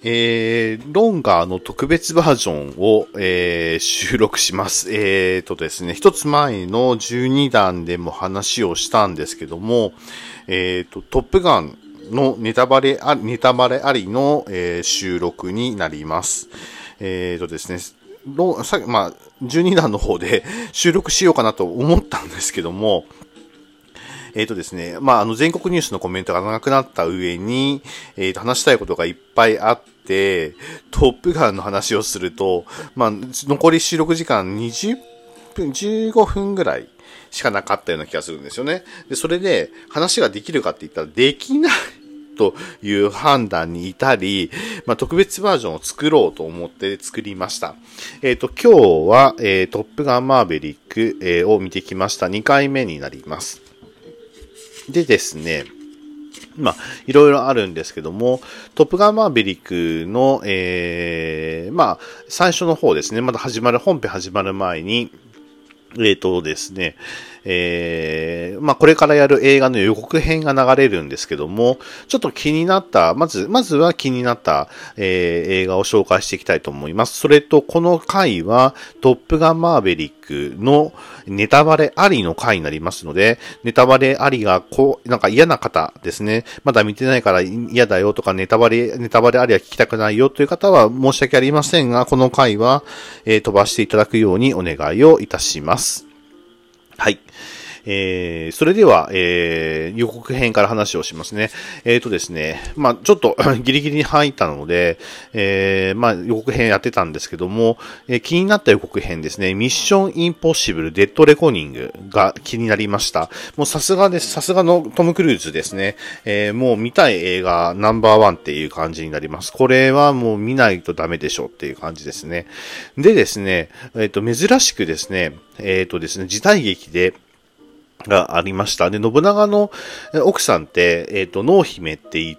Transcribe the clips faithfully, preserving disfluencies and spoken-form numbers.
えー、ロンガーの特別バージョンを、えー、収録します。えーとですね、一つ前のじゅうにだんでも話をしたんですけども、えーと、トップガンのネタバレあり、ネタバレありの、えー、収録になります。えーとですね、ロさまあ、じゅうにだんの方で収録しようかなと思ったんですけども、えっ、ー、とですね、まあ、あの、全国ニュースのコメントが長くなった上に、えっ、ー、と、話したいことがいっぱいあって、トップガンの話をすると、まあ、残り収録時間にじゅっぷん、じゅうごふんぐらいしかなかったような気がするんですよね。で、それで、話ができるかって言ったら、できないという判断に至り、まあ、特別バージョンを作ろうと思って作りました。えっ、ー、と、今日は、えー、トップガンマーヴェリック、えー、を見てきました。にかいめになります。でですね、まあ、いろいろあるんですけども、トップガンマーヴェリックの、えー、まあ、最初の方ですね、まだ始まる、本編始まる前に、えっとですね、えー、まあ、これからやる映画の予告編が流れるんですけども、ちょっと気になった、まず、まずは気になった、えー、映画を紹介していきたいと思います。それと、この回は、トップガンマーヴェリックのネタバレありの回になりますので、ネタバレありが、こう、なんか嫌な方ですね、まだ見てないから嫌だよとか、ネタバレ、ネタバレありは聞きたくないよという方は申し訳ありませんが、この回は、えー、飛ばしていただくようにお願いをいたします。はい。えー、それでは、えー、予告編から話をしますね。えーとですね、まあちょっとギリギリに入ったので、えー、まあ予告編やってたんですけども、えー、気になった予告編ですね、ミッションインポッシブルデッドレコーニングが気になりました。もうさすがです。さすがのトム・クルーズですね。えー、もう見たい映画ナンバーワンっていう感じになります。これはもう見ないとダメでしょっていう感じですね。でですね、えっと、珍しくですね、えっとですね、時代劇で、がありました。で、信長の奥さんって、えっと、濃姫って言って、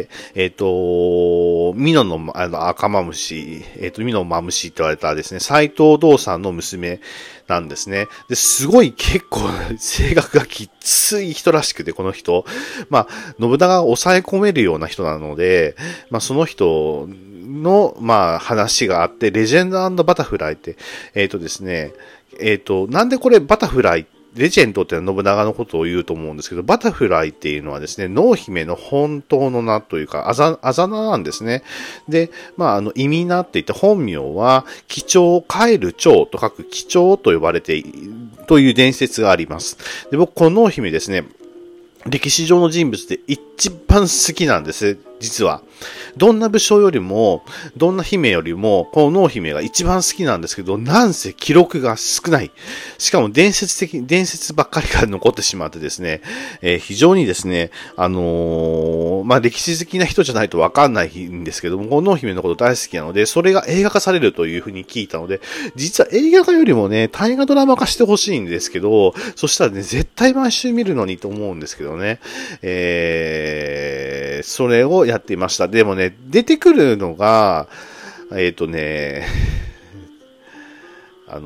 えっと、美濃の、あの、赤マムシ、えっと、美濃マムシって言われたですね、斎藤道さんの娘なんですね。で、すごい結構、性格がきつい人らしくて、この人。まあ、信長が抑え込めるような人なので、まあ、その人の、まあ、話があって、レジェンド&バタフライって、えっとですね、えっと、なんでこれバタフライってレジェンドってのは信長のことを言うと思うんですけど、バタフライっていうのはですね、濃姫の本当の名というか、あざ、あざ名なんですね。で、まあ、あの、意味名って言って本名は、貴重、帰る長と書く貴重と呼ばれて、という伝説があります。で、僕、この濃姫ですね、歴史上の人物で一番好きなんです。実は。どんな武将よりも、どんな姫よりも、この濃姫が一番好きなんですけど、なんせ記録が少ない。しかも伝説的、伝説ばっかりが残ってしまってですね、えー、非常にですね、あのー、まあ、歴史的な人じゃないとわかんないんですけども、この濃姫のこと大好きなので、それが映画化されるというふうに聞いたので、実は映画化よりもね、大河ドラマ化してほしいんですけど、そしたらね、絶対毎週見るのにと思うんですけどね、えー、それをやっていました。でもね、出てくるのが、えっ、ー、とね、あの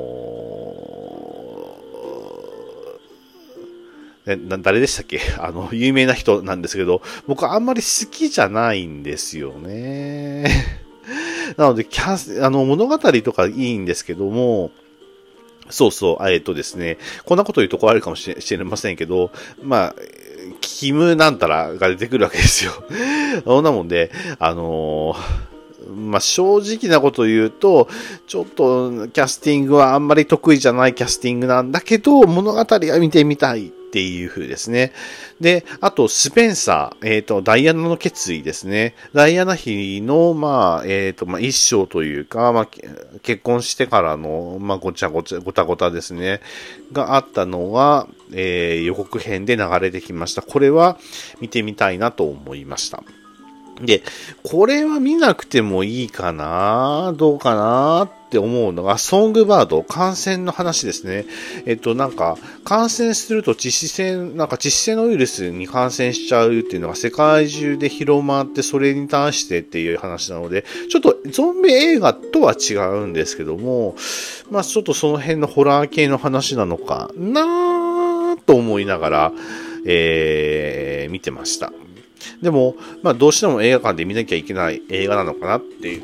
ー、な、誰でしたっけ？あの、有名な人なんですけど、僕あんまり好きじゃないんですよね。なので、キャス、あの、物語とかいいんですけども、そうそう、えっとですね、こんなこと言うとこあるかもしれ、しれませんけど、まあ、キムなんたらが出てくるわけですよ。そんなもんで、あのー、まあ、正直なこと言うと、ちょっとキャスティングはあんまり得意じゃないキャスティングなんだけど、物語は見てみたいっていう風ですね。で、あと、スペンサー、えっと、ダイアナの決意ですね。ダイアナ妃の、まあ、えっと、まあ、一生というか、まあ、結婚してからの、まあ、ごちゃごちゃ、ごたごたですね。があったのは、えー、予告編で流れてきました。これは見てみたいなと思いました。で、これは見なくてもいいかなどうかなって思うのが、ソングバード、感染の話ですね。えっと、なんか、感染すると致死性、なんか致死性のウイルスに感染しちゃうっていうのが世界中で広まって、それに対してっていう話なので、ちょっとゾンビ映画とは違うんですけども、まあちょっとその辺のホラー系の話なのかなと思いながら、えー、見てました。 でも、まあ、どうしても映画館で見なきゃいけない映画なのかなっていう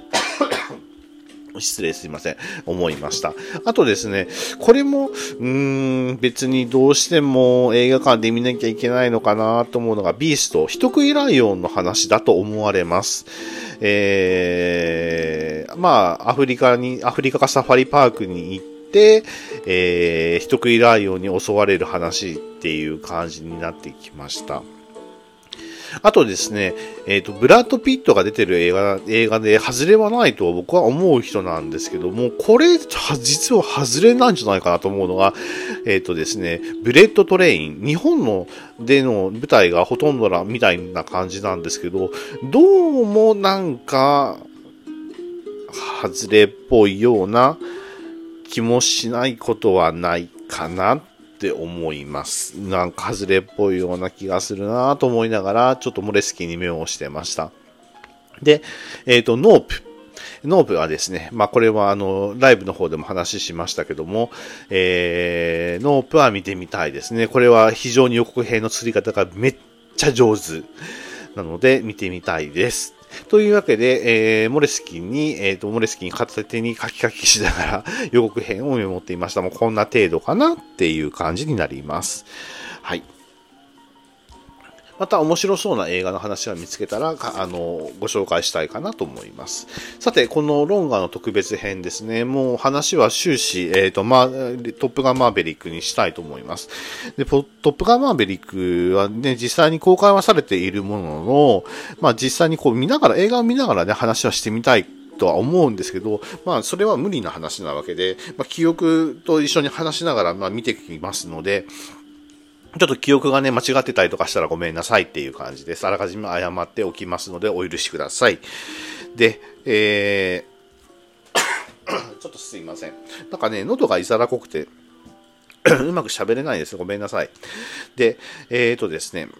失礼すいません。思いました。あとですね、これも、うーん、別にどうしても映画館で見なきゃいけないのかなと思うのが、ビースト、人食いライオンの話だと思われます。えー、まあ、アフリカに、アフリカかサファリパークに行って、えー、人食いライオンに襲われる話っていう感じになってきました。あとですね、えっと、ブラッド・ピットが出てる映画、映画で外れはないと僕は思う人なんですけども、これ、実は外れなんじゃないかなと思うのが、えっとですね、ブレッド・トレイン、日本のでの舞台がほとんどな、みたいな感じなんですけど、どうもなんか、外れっぽいような気もしないことはないかなって思います。なんか外れっぽいような気がするなと思いながら、ちょっとモレスキーに目をしてました。で、えっと、ノープ。ノープはですね、まあこれはあの、ライブの方でも話しましたけども、えー、ノープは見てみたいですね。これは非常に予告編の釣り方がめっちゃ上手なので見てみたいです。というわけで、えー、モレスキンに、えっと、モレスキン片手にカキカキしながら予告編をメモっていました。もうこんな程度かなっていう感じになります。はい。また面白そうな映画の話が見つけたら、あの、ご紹介したいかなと思います。さて、このロンガの特別編ですね。もう話は終始、えっと、まあ、トップガンマーベリックにしたいと思います。で、トップガンマーベリックはね、実際に公開はされているものの、まあ実際にこう見ながら、映画を見ながらね、話はしてみたいとは思うんですけど、まあそれは無理な話なわけで、まあ記憶と一緒に話しながら、まあ見ていきますので、ちょっと記憶がね、間違ってたりとかしたらごめんなさいっていう感じです。あらかじめ謝っておきますのでお許しください。で、えー、ちょっとすいません。なんかね、喉がいざらこくて、うまく喋れないです。ごめんなさい。で、えーとですね、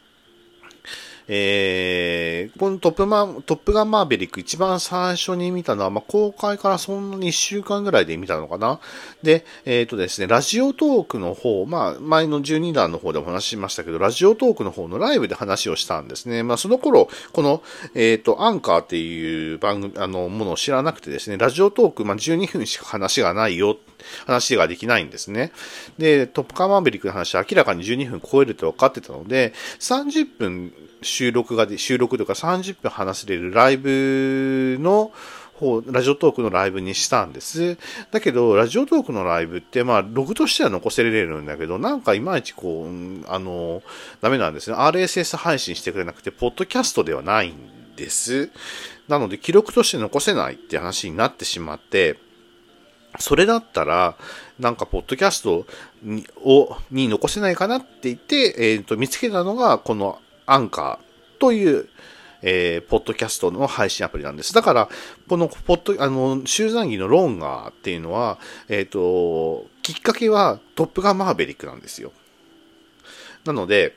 えー、このトップマン、トップガンマーベリック一番最初に見たのは、まあ、公開からそんなにいっしゅうかんぐらいで見たのかな。で、えっとですね、ラジオトークの方、まあ、前のじゅうにだんの方でも話しましたけど、ラジオトークの方のライブで話をしたんですね。まあ、その頃、この、えっと、アンカーっていう番組、あの、ものを知らなくてですね、ラジオトーク、まあ、じゅうにふんしか話がないよ、話ができないんですね。で、トップガンマーベリックの話は明らかにじゅうにふん超えると分かってたので、さんじゅっぷん、収録がで、収録とかさんじゅっぷん話せれるライブの方、ラジオトークのライブにしたんです。だけど、ラジオトークのライブって、まあ、ログとしては残せれるんだけど、なんかいまいちこう、あの、ダメなんですね。アールエスエス 配信してくれなくて、ポッドキャストではないんです。なので、記録として残せないって話になってしまって、それだったら、なんか、ポッドキャストに、を、に残せないかなって言って、えっと、見つけたのが、この、アンカーという、えー、ポッドキャストの配信アプリなんです。だから、このポッド、あの、集団儀のロンガーっていうのは、えっと、きっかけはトップガンマーベリックなんですよ。なので、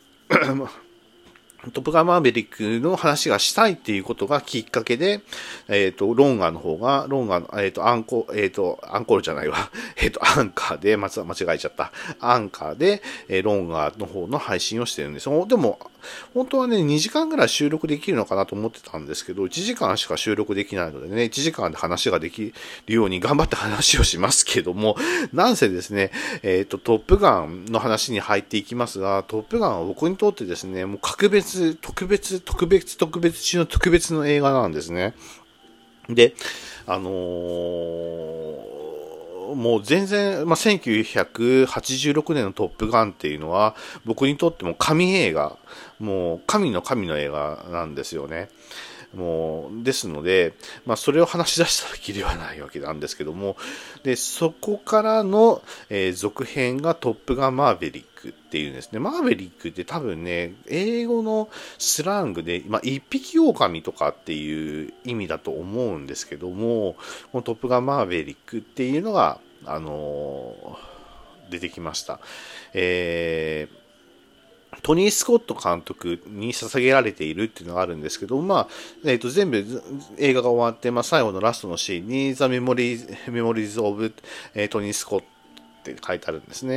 トップガンマーベリックの話がしたいっていうことがきっかけで、えっと、ロンガーの方が、ロンガーの、えっと、アンコ、えっと、アンコールじゃないわ。えっと、アンカーで、間違えちゃった。アンカーで、えー、ロンガーの方の配信をしてるんですよ。でも、本当はね、にじかんぐらい収録できるのかなと思ってたんですけど、いちじかんしか収録できないのでね、いちじかんで話ができるように頑張って話をしますけども、なんせですね、えっと、トップガンの話に入っていきますが、トップガンは僕にとってですね、もう格別、特別、特別、特別中の特別の映画なんですね。で、あのー、もう全然、まあ、せんきゅうひゃくはちじゅうろくねんのトップガンっていうのは、僕にとっても神映画、もう神の神の映画なんですよね。もう、ですので、まあ、それを話し出したらきりはないわけなんですけども、で、そこからの、えー、続編がトップガンマーヴェリックっていうんですね。マーヴェリックって多分ね、英語のスラングで、まあ、一匹狼とかっていう意味だと思うんですけども、このトップガンマーヴェリックっていうのが、あのー、出てきました。えートニー・スコット監督に捧げられているっていうのがあるんですけど、まあ、えっ、ー、と、全部映画が終わって、まあ、最後のラストのシーンに、The Memories, Memories of、えー、トニー・スコットって書いてあるんですね。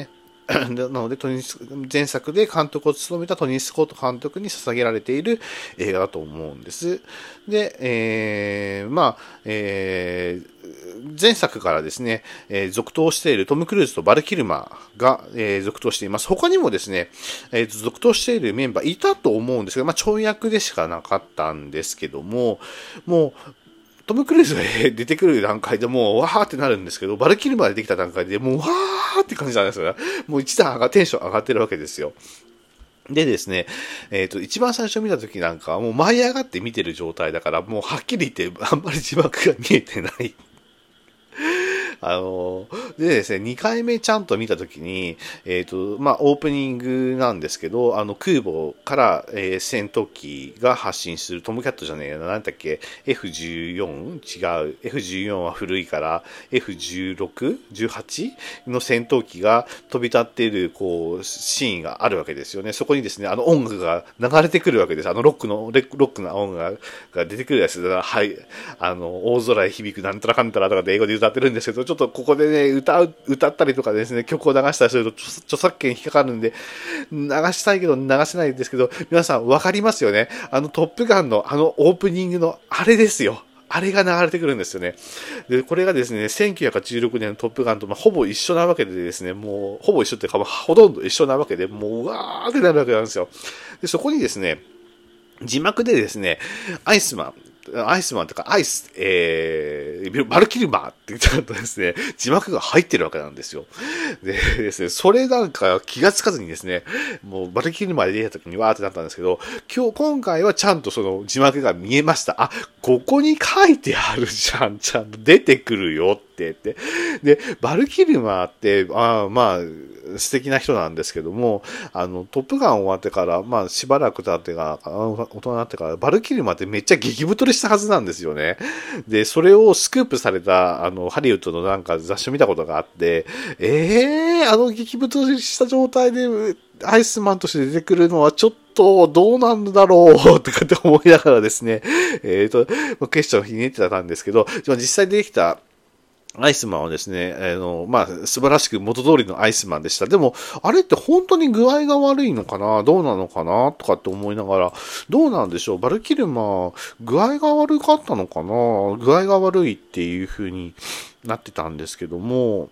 なので、トニー前作で監督を務めたトニー・スコット監督に捧げられている映画だと思うんです。で、えー、まあ、えー、前作からですね、えー、続投しているトム・クルーズとバル・キルマーが、えー、続投しています。他にもですね、えー、続投しているメンバーいたと思うんですが、まあ、跳躍でしかなかったんですけども、もう、トム・クルーズが出てくる段階でもう、わーってなるんですけど、バルキルマーでできた段階でもう、わーって感じなんですよね。もう一段上が、テンション上がってるわけですよ。でですね、えっと、一番最初見た時なんかはもう舞い上がって見てる状態だから、もうはっきり言ってあんまり字幕が見えてない。あの、でですね、にかいめちゃんと見たときに、えっと、まあ、オープニングなんですけど、あの、空母から、えー戦闘機が発進する、トムキャットじゃねえな、なんだっけ、エフじゅうよん? 違う。エフじゅうよん は古いから、エフじゅうろく? じゅうはち? の戦闘機が飛び立っている、こう、シーンがあるわけですよね。そこにですね、あの音楽が流れてくるわけです。あのロックの、レロックな音楽が出てくるやつだ。はい。あの、大空へ響くなんたらかんたらとかって英語で歌ってるんですけど、ちょっとここでね、歌う、歌ったりとかですね、曲を流したりすると著作権引っかかるんで、流したいけど流せないんですけど、皆さんわかりますよね。あのトップガンのあのオープニングのあれですよ。あれが流れてくるんですよね。で、これがですね、せんきゅうひゃくはちじゅうろくねんのトップガンと、まあ、ほぼ一緒なわけでですね、もう、ほぼ一緒っていうか、まあ、ほとんど一緒なわけで、もう、うわーってなるわけなんですよ。で、そこにですね、字幕でですね、アイスマン、アイスマンとかアイス、えー、バルキルマーって言ったとですね、字幕が入ってるわけなんですよ。でですね、それなんか気がつかずにですね、もうバルキルマーで出た時にわーってなったんですけど、今日、今回はちゃんとその字幕が見えました。あ、ここに書いてあるじゃん、ちゃんと出てくるよって言って。で、バルキルマーって、あまあ、素敵な人なんですけども、あの、トップガン終わってから、まあ、しばらく経ってから、大人になってから、バルキルマーってめっちゃ激太りしたはずなんですよね。で、それをスクープされた、あの、ハリウッドのなんか雑誌を見たことがあって、ええー、あの激太りした状態で、アイスマンとして出てくるのはちょっとどうなんだろうとかって思いながらですね、えっ、ー、と、クエスチョンをひねってたんですけど、実際出てきたアイスマンはですね、あの、まあ、素晴らしく元通りのアイスマンでした。でも、あれって本当に具合が悪いのかなどうなのかなとかって思いながら、どうなんでしょうバルキルマ、具合が悪かったのかな具合が悪いっていう風になってたんですけども、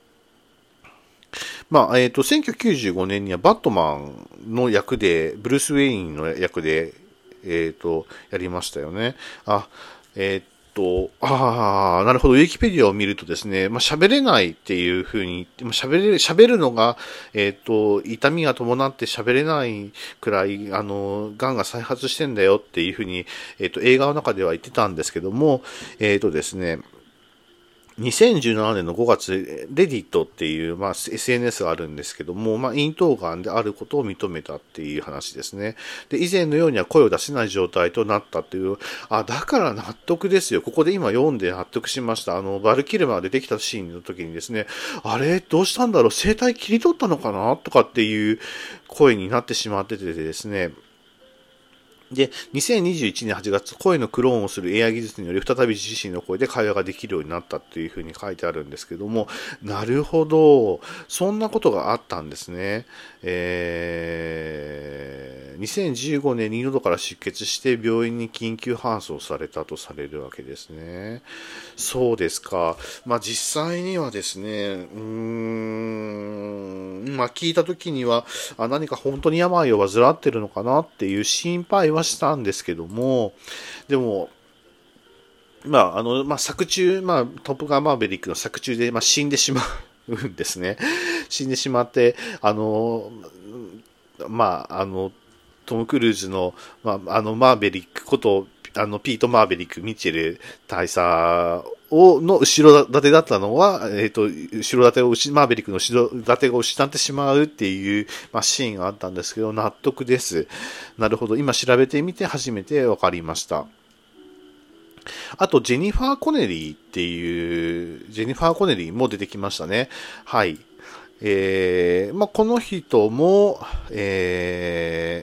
まあ、えっ、ー、と、せんきゅうひゃくきゅうじゅうごねんにはバットマンの役で、ブルース・ウェインの役で、えっ、ー、と、やりましたよね。あ、えっ、ー、と、ああ、なるほど。ウィキペディアを見るとですね、まあ、喋れないっていう風に言って、まあ、喋れる、喋るのが、えっ、と、痛みが伴って喋れないくらい、あの、癌が再発してんだよっていう風に、えっ、と、映画の中では言ってたんですけども、えっ、とですね、にせんじゅうななねんのごがつ、レディットっていう、まあ、エスエヌエス があるんですけども、まあ、咽頭がんであることを認めたっていう話ですね。で、以前のようには声を出せない状態となったっていう、あ、だから納得ですよ。ここで今読んで納得しました。あの、バルキルマーでできたシーンの時にですね、あれどうしたんだろう声帯切り取ったのかなとかっていう声になってしまっててですね、で、にせんにじゅういちねんはちがつ、声のクローンをする エーアイ 技術により再び自身の声で会話ができるようになったっていうふうに書いてあるんですけども、なるほど。そんなことがあったんですね。えー、にせんじゅうごねんに喉から出血して病院に緊急搬送されたとされるわけですね。そうですか。まあ実際にはですね、うーん、まあ聞いた時には、あ、何か本当に病を患ってるのかなっていう心配はしたんですけども、でも、まあ、あの、まあ、作中、まあ、トップガンマーヴェリックの作中で、まあ、死んでしまうんですね。死んでしまって、あの、まあ、あの、トム・クルーズの、まあ、あの、マーヴェリックこと、あの、ピート・マーヴェリック、ミッチェル大佐を、の後ろ盾だったのは、えっと、後ろ盾を失、マーヴェリックの後ろ盾を失ってしまうっていう、まあ、シーンがあったんですけど、納得です。なるほど。今調べてみて初めて分かりました。あと、ジェニファー・コネリーっていう、ジェニファー・コネリーも出てきましたね。はい。えー、まあ、この人も、え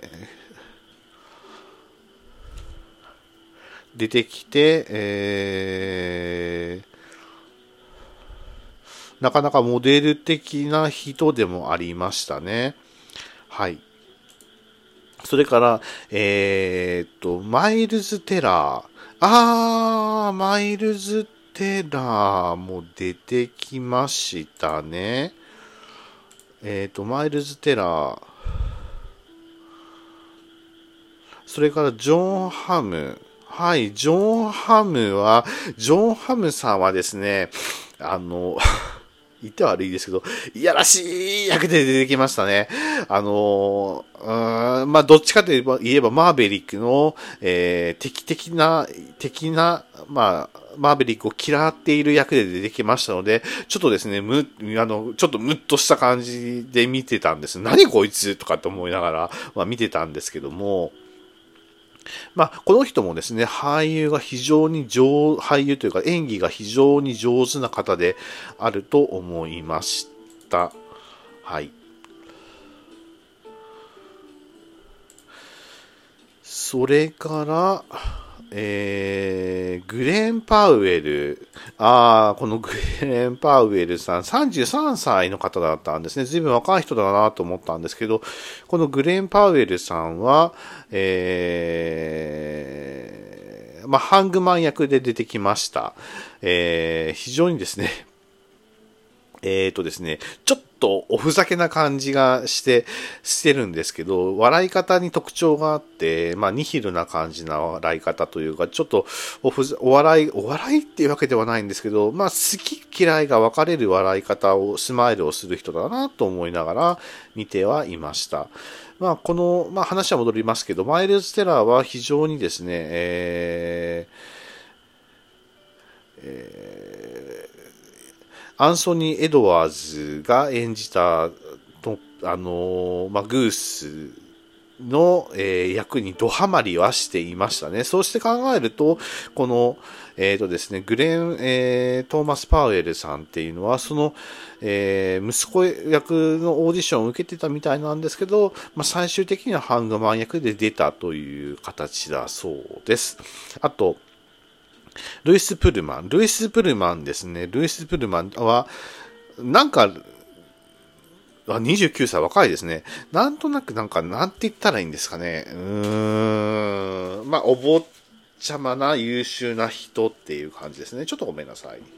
ー、出てきて、えなかなかモデル的な人でもありましたね。はい。それから、えー、っと、マイルズ・テラー。あー、マイルズ・テラーも出てきましたね。えー、っと、マイルズ・テラー。それからジョン・ハム。はい、ジョン・ハムは、ジョン・ハムさんはですね、あの、言っては悪いですけど、いやらしい役で出てきましたね。あのー、まあ、どっちかといえば、言えばマーベリックの、えー、敵的な、敵な、まあ、マーベリックを嫌っている役で出てきましたので、ちょっとですね、む、あの、ちょっとムッとした感じで見てたんです。何こいつとかって思いながら、まあ、見てたんですけども、まあ、この人もですね、俳優が非常に上、俳優というか演技が非常に上手な方であると思いました。はい。それから、えー、グレン・パウエル。ああ、このグレン・パウエルさん、さんじゅうさんさいの方だったんですね。随分若い人だなと思ったんですけど、このグレン・パウエルさんは、えー、まあ、ハングマン役で出てきました。えー、非常にですね、えーとですね、ちょっとおふざけな感じがして、してるんですけど、笑い方に特徴があって、まあ、ニヒルな感じな笑い方というか、ちょっとおふざ、お笑い、お笑いっていうわけではないんですけど、まあ、好き嫌いが分かれる笑い方を、スマイルをする人だなと思いながら見てはいました。まあ、この、まあ、話は戻りますけど、マイルズ・テラーは非常にですね、えー、えーアンソニー・エドワーズが演じたと、あの、まあ、グースの、えー、役にドハマりはしていましたね。そうして考えると、この、えっとですね、グレン、えー、トーマス・パウエルさんっていうのは、その、えー、息子役のオーディションを受けてたみたいなんですけど、まあ、最終的にはハングマン役で出たという形だそうです。あと、ルイス・プルマン。ルイス・プルマンですね。ルイス・プルマンは、なんか、あにじゅうきゅうさい若いですね。なんとなくなんか、なんて言ったらいいんですかね。うーん。まあ、お坊ちゃまな優秀な人っていう感じですね。ちょっとごめんなさい。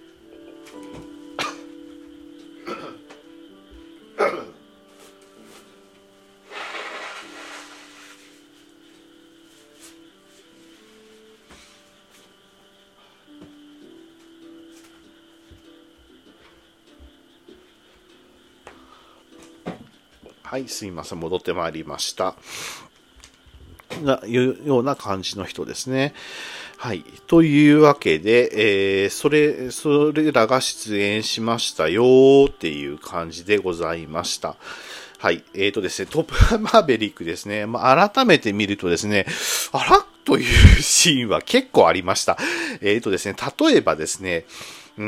はい、すいません。戻ってまいりました。な、いうような感じの人ですね。はい。というわけで、えー、それ、それらが出演しましたよっていう感じでございました。はい。えーとですね、トップマーベリックですね。まあ、改めて見るとですね、あらというシーンは結構ありました。えーとですね、例えばですね、うー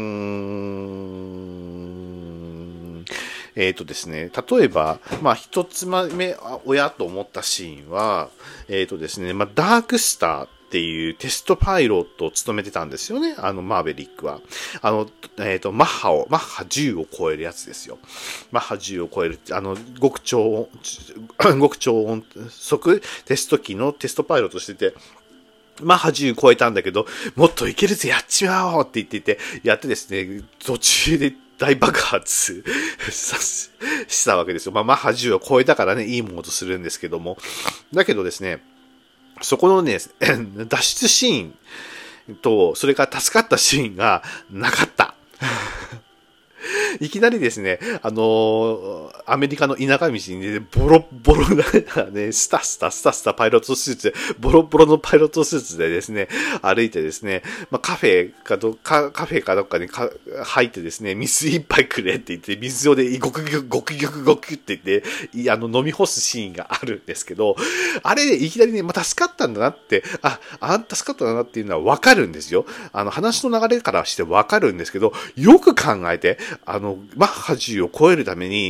ん、えっとですね、例えば、まあ、一つ目、親と思ったシーンは、えっとですね、まあ、ダークスターっていうテストパイロットを務めてたんですよね、あの、マーベリックは。あの、えっと、マッハを、マッハじゅうを超えるやつですよ。マッハじゅうを超える、あの、極超音、極超音速テスト機のテストパイロットしてて、マッハじゅう超えたんだけど、もっといけるぜ、やっちまおうって言っていて、やってですね、途中で大爆発したわけですよ。まあ、マッハじゅうを超えたからね、いいものとするんですけども。だけどですね、そこのね、脱出シーンと、それから助かったシーンがなかった。いきなりですね、あのー、アメリカの田舎道にね、ボロボロなね、スタスタスタスタパイロットスーツで、ボロボロのパイロットスーツでですね、歩いてですね、まあ、カフェかどか、カフェかどっかにか入ってですね、水一杯くれって言って、水をで、ごくぎょくごくぎょくごくって言って、あの、飲み干すシーンがあるんですけど、あれ、いきなりね、まあ、助かったんだなって、あ、あん、助かったんだなっていうのはわかるんですよ。あの、話の流れからしてわかるんですけど、よく考えて、あの、マッハじゅうを超えるために、え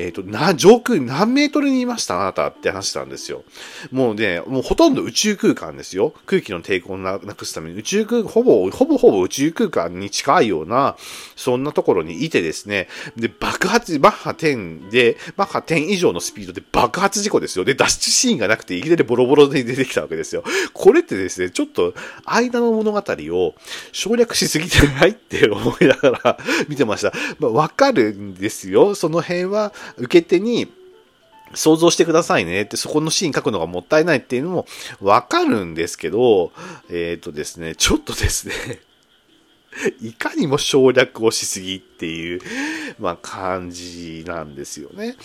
えっと、な、上空何メートルにいましたあなたって話したんですよ。もうね、もうほとんど宇宙空間ですよ。空気の抵抗をなくすために宇宙空間、ほぼ、ほぼほぼ宇宙空間に近いような、そんなところにいてですね、で、爆発、マッハじゅうで、マッハじゅう以上のスピードで爆発事故ですよ。で、脱出シーンがなくて、いきなりボロボロで出てきたわけですよ。これってですね、ちょっと、間の物語を省略しすぎてないって思いながら見てました。まあ、わかるんですよ。その辺は、受け手に、想像してくださいねって、そこのシーン書くのがもったいないっていうのもわかるんですけど、えっとですね、ちょっとですね、いかにも省略をしすぎっていう、まあ感じなんですよね。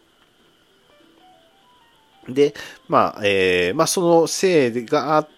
で、まあ、えー、まあそのせいがあって、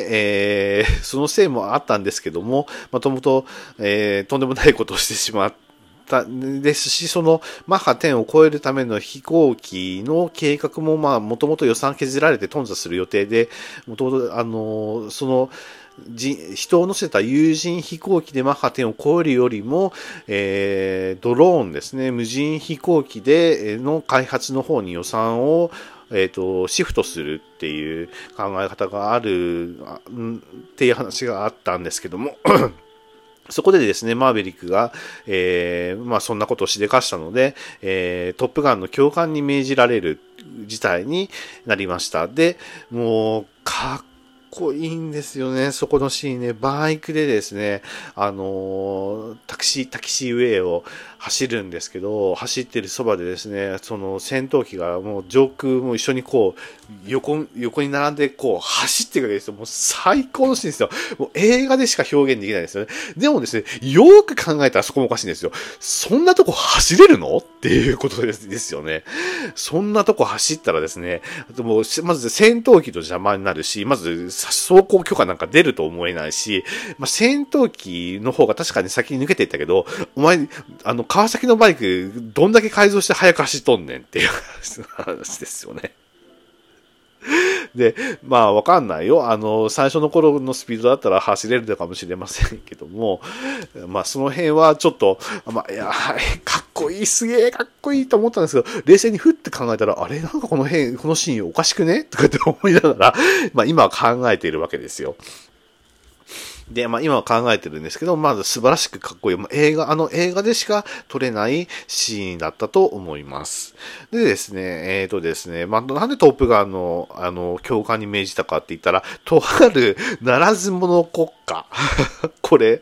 えー、そのせいもあったんですけども、もともと、えー、とんでもないことをしてしまって、ですし、そのマッハじゅうを超えるための飛行機の計画も、まあ、もともと予算削られて頓挫する予定で、もともと、あの、その、人を乗せた有人飛行機でマッハじゅうを超えるよりも、えー、ドローンですね、無人飛行機での開発の方に予算をえっと、シフトするっていう考え方があるっていう話があったんですけどもそこでですね、マーヴェリックが、えー、まあそんなことをしでかしたので、えー、トップガンの教官に命じられる事態になりました。で、もう、かっこいいんですよね、そこのシーンね。バイクでですね、あのー、タクシー、タキシーウェイを走るんですけど、走ってるそばでですね、その戦闘機がもう上空も一緒にこう、横、横に並んでこう走っていくわけですよ。もう最高のシーンですよ。もう映画でしか表現できないですよね。でもですね、よーく考えたらそこもおかしいんですよ。そんなとこ走れるのっていうことですですよね。そんなとこ走ったらですね、もうまず戦闘機の邪魔になるし、まず走行許可なんか出ると思えないし、まあ、戦闘機の方が確かに先に抜けていったけど、お前、あの、川崎のバイク、どんだけ改造して速く走っとんねんっていう話ですよね。で、まあわかんないよ。あの、最初の頃のスピードだったら走れるのかもしれませんけども、まあその辺はちょっと、まあ、いや、かっこいい、すげえかっこいいと思ったんですけど、冷静にふって考えたら、あれなんかこの辺、このシーンおかしくねとかって思いながら、まあ今は考えているわけですよ。で、まあ今は考えてるんですけど、まず素晴らしくかっこいい。まあ、映画、あの映画でしか撮れないシーンだったと思います。でですね、えっ、ー、とですね、まあなんでトップガンの、あの、教官に命じたかって言ったら、とあるならず者国家。これ、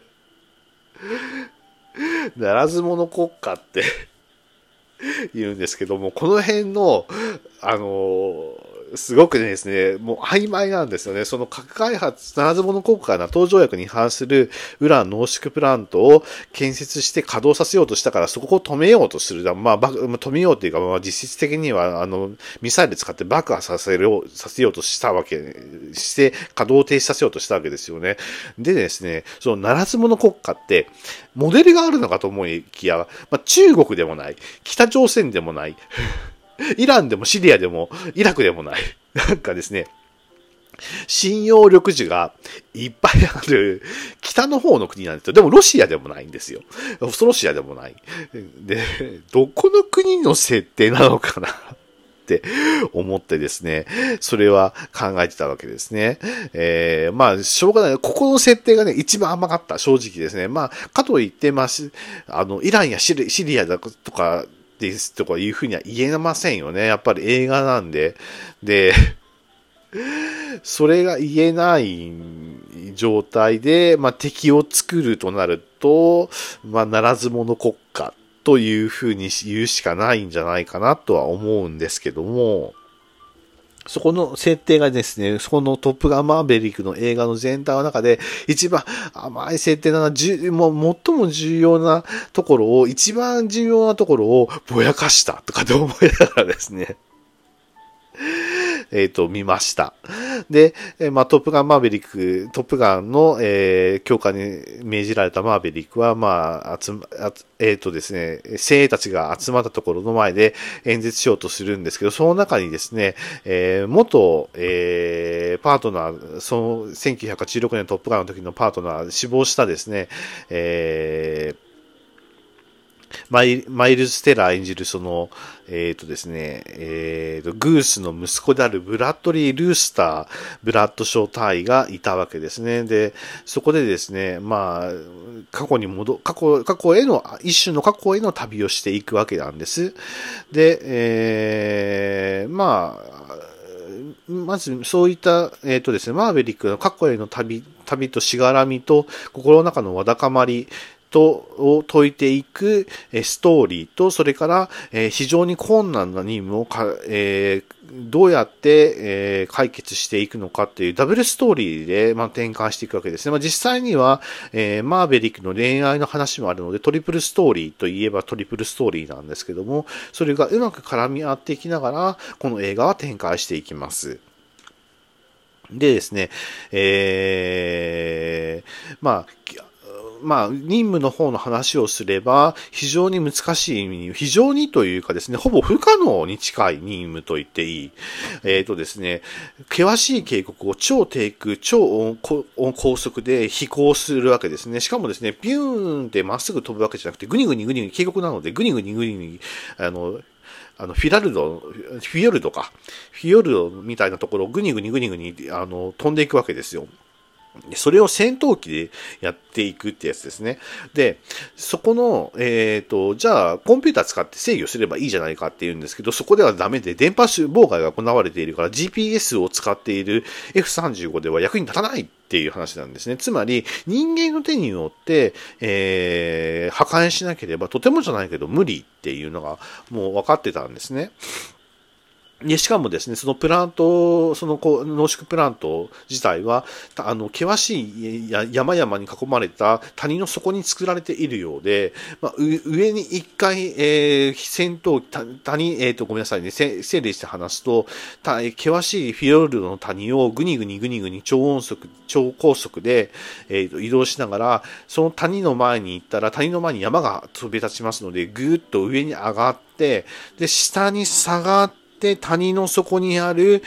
ならず者国家って言うんですけども、この辺の、あの、すごくですね、もう曖昧なんですよね。その核開発、ならず者国家が NATO 条約に違反するウラン濃縮プラントを建設して稼働させようとしたから、そこを止めようとする。まあ、止めようというか、まあ、実質的には、あの、ミサイル使って爆破させよう、させようとしたわけ、して、稼働停止させようとしたわけですよね。でですね、そのならず者国家って、モデルがあるのかと思いきや、まあ、中国でもない、北朝鮮でもない、イランでもシリアでもイラクでもない。なんかですね、信用力樹がいっぱいある北の方の国なんですよ。でもロシアでもないんですよ。ロシアでもない。で、どこの国の設定なのかなって思ってですね、それは考えてたわけですね。えー、まあ、しょうがない。ここの設定がね、一番甘かった、正直ですね。まあ、かといって、まあ、あの、イランやシリ、シリアだとか、ですとかいうふうには言えませんよね。やっぱり映画なんで。で、それが言えない状態で、まあ、敵を作るとなると、まあ、ならず者国家というふうに言うしかないんじゃないかなとは思うんですけども、そこの設定がですね、そこのトップガンマーヴェリックの映画の全体の中で一番甘い設定だな、じゅもう最も重要なところを、一番重要なところをぼやかしたとかって思いながらですね、えっと、見ました。で、まあ、トップガンマーヴェリック、トップガンの、えー、教官に命じられたマーヴェリックは、まあ、集ま、えっとですね、精鋭たちが集まったところの前で演説しようとするんですけど、その中にですね、えー、元、えー、パートナー、そのせんきゅうひゃくはちじゅうろくねんトップガンの時のパートナー、死亡したですね、えー、 マイマイルズ・テラー演じるその、えっ、ー、とですね、えーと、グースの息子であるブラッドリー・ルースター、ブラッドショー隊がいたわけですね。で、そこでですね、まあ、過去に戻、過去、過去への、一種の過去への旅をしていくわけなんです。で、えー、まあ、まず、そういった、えっ、ー、とですね、マーベリックの過去への旅、旅としがらみと、心の中のわだかまりと、を解いていく、えストーリーと、それから、えー、非常に困難な任務をか、えー、どうやって、えー、解決していくのかっていうダブルストーリーで、まあ、展開していくわけですね。まあ、実際には、えー、マーベリックの恋愛の話もあるので、トリプルストーリーといえばトリプルストーリーなんですけども、それがうまく絡み合っていきながら、この映画は展開していきます。でですね、えー、まあ、まあ、任務の方の話をすれば、非常に難しい意味に、非常にというかですね、ほぼ不可能に近い任務と言っていい。えっ、ー、とですね、険しい渓谷を超低空、超高速で飛行するわけですね。しかもですね、ビューンってまっすぐ飛ぶわけじゃなくて、グニグニグニグニ、渓谷なので、グニグニグニグニ、あの、あの、フィラルド、フィヨルドか。フィヨルドみたいなところをグニグニグニグニ、あの、飛んでいくわけですよ。それを戦闘機でやっていくってやつですね。で、そこの、えっと、じゃあ、コンピューター使って制御すればいいじゃないかって言うんですけど、そこではダメで、電波妨害が行われているから、ジーピーエス を使っている エフさんじゅうご では役に立たないっていう話なんですね。つまり、人間の手によって、えー、破壊しなければ、とてもじゃないけど無理っていうのがもう分かってたんですね。で、しかもですね、そのプラント、その濃縮プラント自体は、あの、険しい山々に囲まれた谷の底に作られているようで、まあ、上に一回、えー、戦闘、谷、えっ、ー、と、ごめんなさいね、整理して話すと、険しいフィヨルドの谷をぐにぐにぐにぐに超音速、超高速で、えーと、移動しながら、その谷の前に行ったら、谷の前に山が飛び立ちますので、ぐーっと上に上がって、で、下に下がって、で、谷の底にある、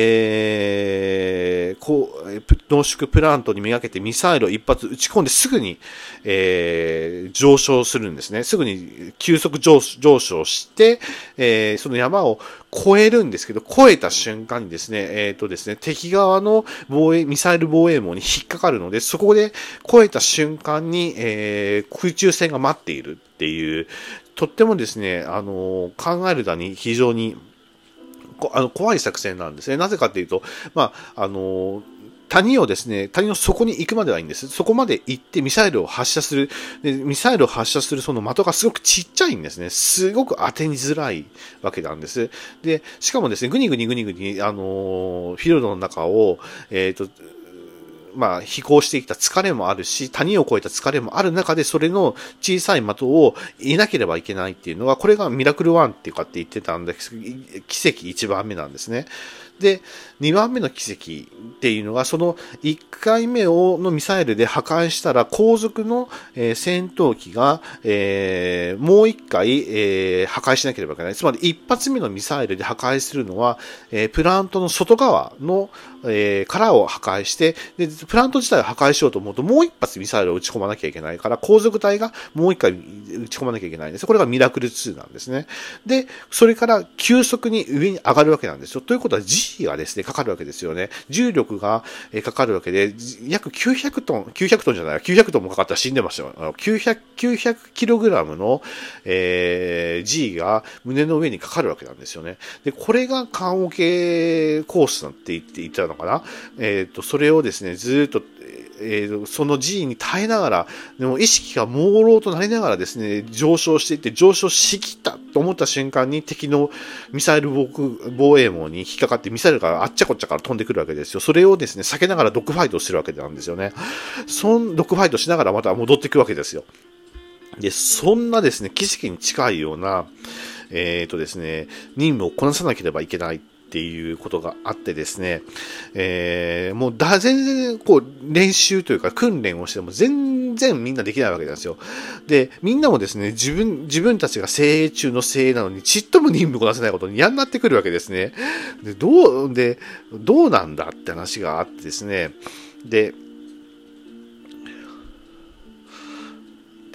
えー、こう、濃縮プラントにめがけてミサイルを一発撃ち込んですぐに、えー、上昇するんですね。すぐに急速上上昇して、えー、その山を越えるんですけど、越えた瞬間にですね、えっとですね、敵側の防衛、ミサイル防衛網に引っかかるので、そこで越えた瞬間に、えー、空中戦が待っているっていう、とってもですね、あの、考えるだに非常にあの怖い作戦なんですね。なぜかというと、まあ、あの、谷をですね、谷の底に行くまではいいんです。そこまで行ってミサイルを発射する。でミサイルを発射するその的がすごくちっちゃいんですね。すごく当てにづらいわけなんです。で、しかもですね、ぐにぐにぐにぐに、あの、フィールドの中を、えっと、まあ、飛行してきた疲れもあるし、谷を越えた疲れもある中で、それの小さい的をいなければいけないっていうのは、これがミラクルワンっていうかって言ってたんですけど、奇跡一番目なんですね。で、にばんめの奇跡っていうのが、そのいっかいめをのミサイルで破壊したら、後続の、えー、戦闘機が、えー、もういっかい、えー、破壊しなければいけない。つまり一発目のミサイルで破壊するのは、えー、プラントの外側の、えー、殻を破壊して、で、プラント自体を破壊しようと思うと、もう一発ミサイルを撃ち込まなきゃいけないから、後続隊がもう一回撃ち込まなきゃいけないんです。これがミラクルツーなんですね。で、それから急速に上に上がるわけなんですよ。ということは G がですね、かかるわけですよね。重力がかかるわけで、約きゅうひゃくトン、きゅうひゃくトンじゃない、きゅうひゃくトンもかかったら死んでましたよ。きゅうひゃく、きゅうひゃくキログラムの、えー、G が胸の上にかかるわけなんですよね。で、これが棺桶コースなんて言っていたのかな。えっと、それをですね、ずっと、えー、その G に耐えながら、でも意識が朦朧となりながらですね、上昇していって、上昇しきったと思った瞬間に敵のミサイル防衛網に引っかかってミサイルがあっちゃこっちゃから飛んでくるわけですよ。それをですね、避けながらドッグファイトをするわけなんですよね。そん、ドッグファイトしながらまた戻っていくわけですよ。で、そんなですね、奇跡に近いような、えっとですね、任務をこなさなければいけない。っていうことがあってですね、えー、もうだ、全然、こう、練習というか訓練をしても全然みんなできないわけなんですよ。で、みんなもですね、自分、自分たちが精鋭中の精鋭なのに、ちっとも任務こなせないことに嫌になってくるわけですね。で、どう、で、どうなんだって話があってですね、で、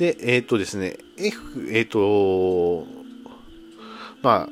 で、えっとですね、F、えっと、まあ、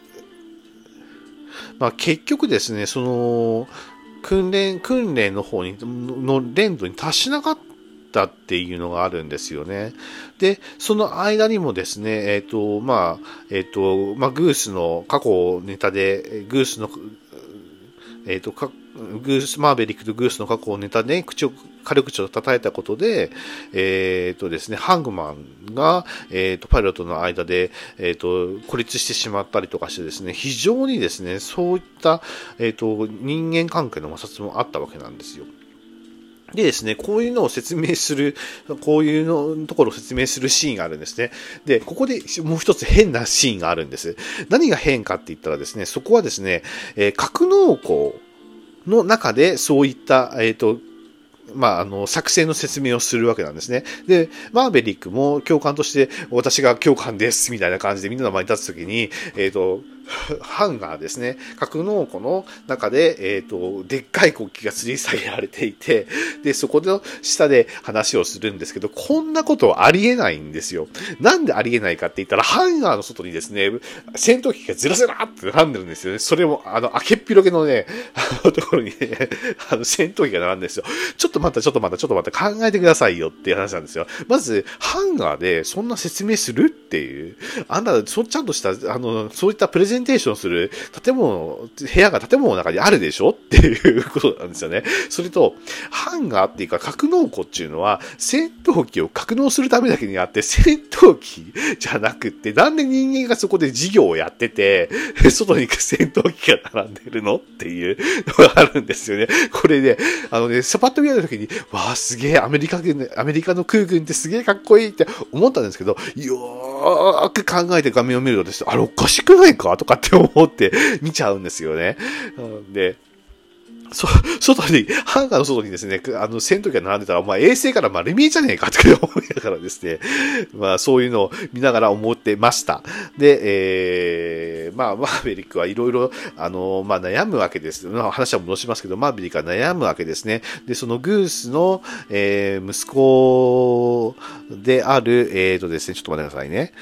まあ結局ですね、その、訓練、訓練の方に、の連度に達しなかったっていうのがあるんですよね。で、その間にもですね、えっと、まあ、えっと、まあ、グースの過去ネタで、グースの、えっと、かグース、マーベリックとグースの過去ネタで口を、軽口を叩いたことで、えっとですね、ハングマンが、えっと、パイロットの間で、えっと、孤立してしまったりとかしてですね、非常にですね、そういった、えっと、人間関係の摩擦もあったわけなんですよ。でですね、こういうのを説明する、こういうのところを説明するシーンがあるんですね。で、ここでもう一つ変なシーンがあるんです。何が変かって言ったらですね、そこはですね、えー、格納庫の中でそういった、えっと、まあ、あの、作戦の説明をするわけなんですね。で、マーベリックも教官として、私が教官です、みたいな感じでみんなの前に立つときに、えっと、ハンガーですね。格納庫の中で、えっと、でっかい国旗が吊り下げられていて、で、そこの下で話をするんですけど、こんなことありえないんですよ。なんでありえないかって言ったら、ハンガーの外にですね、戦闘機がずらずらって並んでるんですよね。それも、あの、開けっぴろげのね、あのところにね、あの、戦闘機が並んでるんですよ。ちょっと待った、ちょっと待った、ちょっと待って、考えてくださいよっていう話なんですよ。まず、ハンガーでそんな説明するっていう、あんな、そちゃんとした、あの、そういったプレゼンテーションする建物、部屋が建物の中にあるでしょっていうことなんですよね。それと、ハンガーっていうか格納庫っていうのは、戦闘機を格納するためだけにあって、戦闘機じゃなくって、なんで人間がそこで事業をやってて、外に戦闘機が並んでるのっていうのがあるんですよね。これね、あのね、サパッと見た時に、わあ、すげえ、アメリカ軍、アメリカの空軍ってすげえかっこいいって思ったんですけど、よーく考えて画面を見るとですね、あれおかしくないかとかって思って見ちゃうんですよね。で、そ、外に、ハンガーの外にですね、あの、戦闘機が並んでたら、お前衛星から丸見えじゃねえかとか思いながらですね、まあそういうのを見ながら思ってました。で、えー、まあマーベリックはいろいろ、あの、まあ悩むわけです。まあ話は戻しますけど、マーベリックは悩むわけですね。で、そのグースの、えー、息子である、えーとですね、ちょっと待ってくださいね。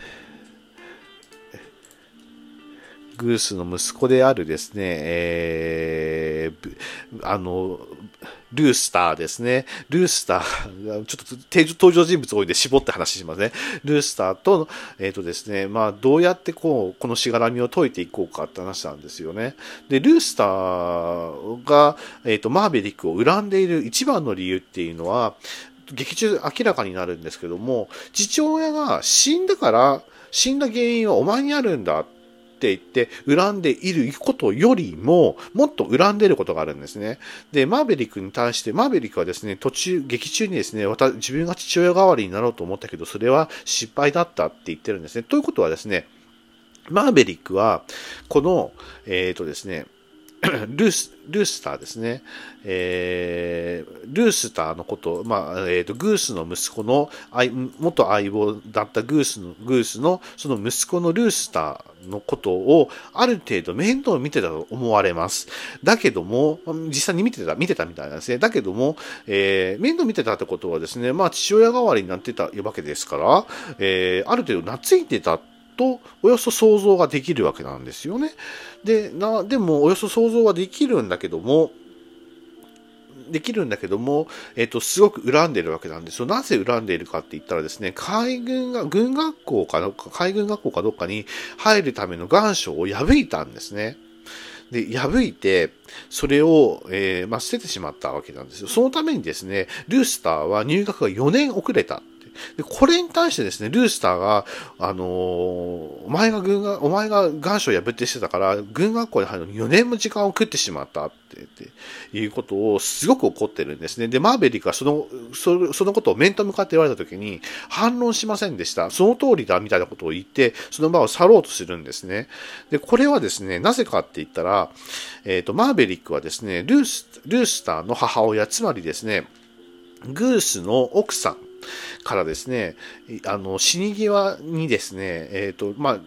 グースの息子であるですね、えー、あの、ルースターですね。ルースター、ちょっと登場人物多いんで絞って話しますね。ルースターと、えっとですね、まあ、どうやってこう、このしがらみを解いていこうかって話なんですよね。で、ルースターが、えっと、マーベリックを恨んでいる一番の理由っていうのは、劇中明らかになるんですけども、父親が死んだから、死んだ原因はお前にあるんだ。って言って恨んでいることよりももっと恨んでいることがあるんですね。で、マーベリックに対してマーベリックはですね、途中、劇中にですね、私、自分が父親代わりになろうと思ったけど、それは失敗だったって言ってるんですね。ということはですね、マーベリックは、この、えっとですね、ルース、ルースターですね。えー、ルースターのこと、まあ、えっと、グースの息子の、元相棒だったグースの、グースの、その息子のルースターのことを、ある程度面倒を見てたと思われます。だけども、実際に見てた、見てたみたいなんですね。だけども、えー、面倒見てたってことはですね、まあ、父親代わりになってたわけですから、えー、ある程度懐いてたと、およそ想像ができるわけなんですよね。で、な、でも、およそ想像はできるんだけども、できるんだけども、えっと、すごく恨んでるわけなんですよ。なぜ恨んでいるかって言ったらですね、海軍が、軍学校かどっか、海軍学校かどっかに入るための願書を破いたんですね。で、破いて、それを、えー、まあ、捨ててしまったわけなんですよ。そのためにですね、ルースターは入学がよねん遅れた。で、これに対してですね、ルースターが、あのー、お前が軍が、お前が願書を破ってしてたから、軍学校に入るのによねんも時間を食ってしまったって、っていうことをすごく怒ってるんですね。で、マーベリックはその、そそのことを面と向かって言われたときに反論しませんでした。その通りだみたいなことを言って、その場を去ろうとするんですね。で、これはですね、なぜかって言ったら、えっと、マーベリックはですね、ルース、ルースターの母親、つまりですね、グースの奥さん、からですね、あの、死に際にですね、えっと、まあ、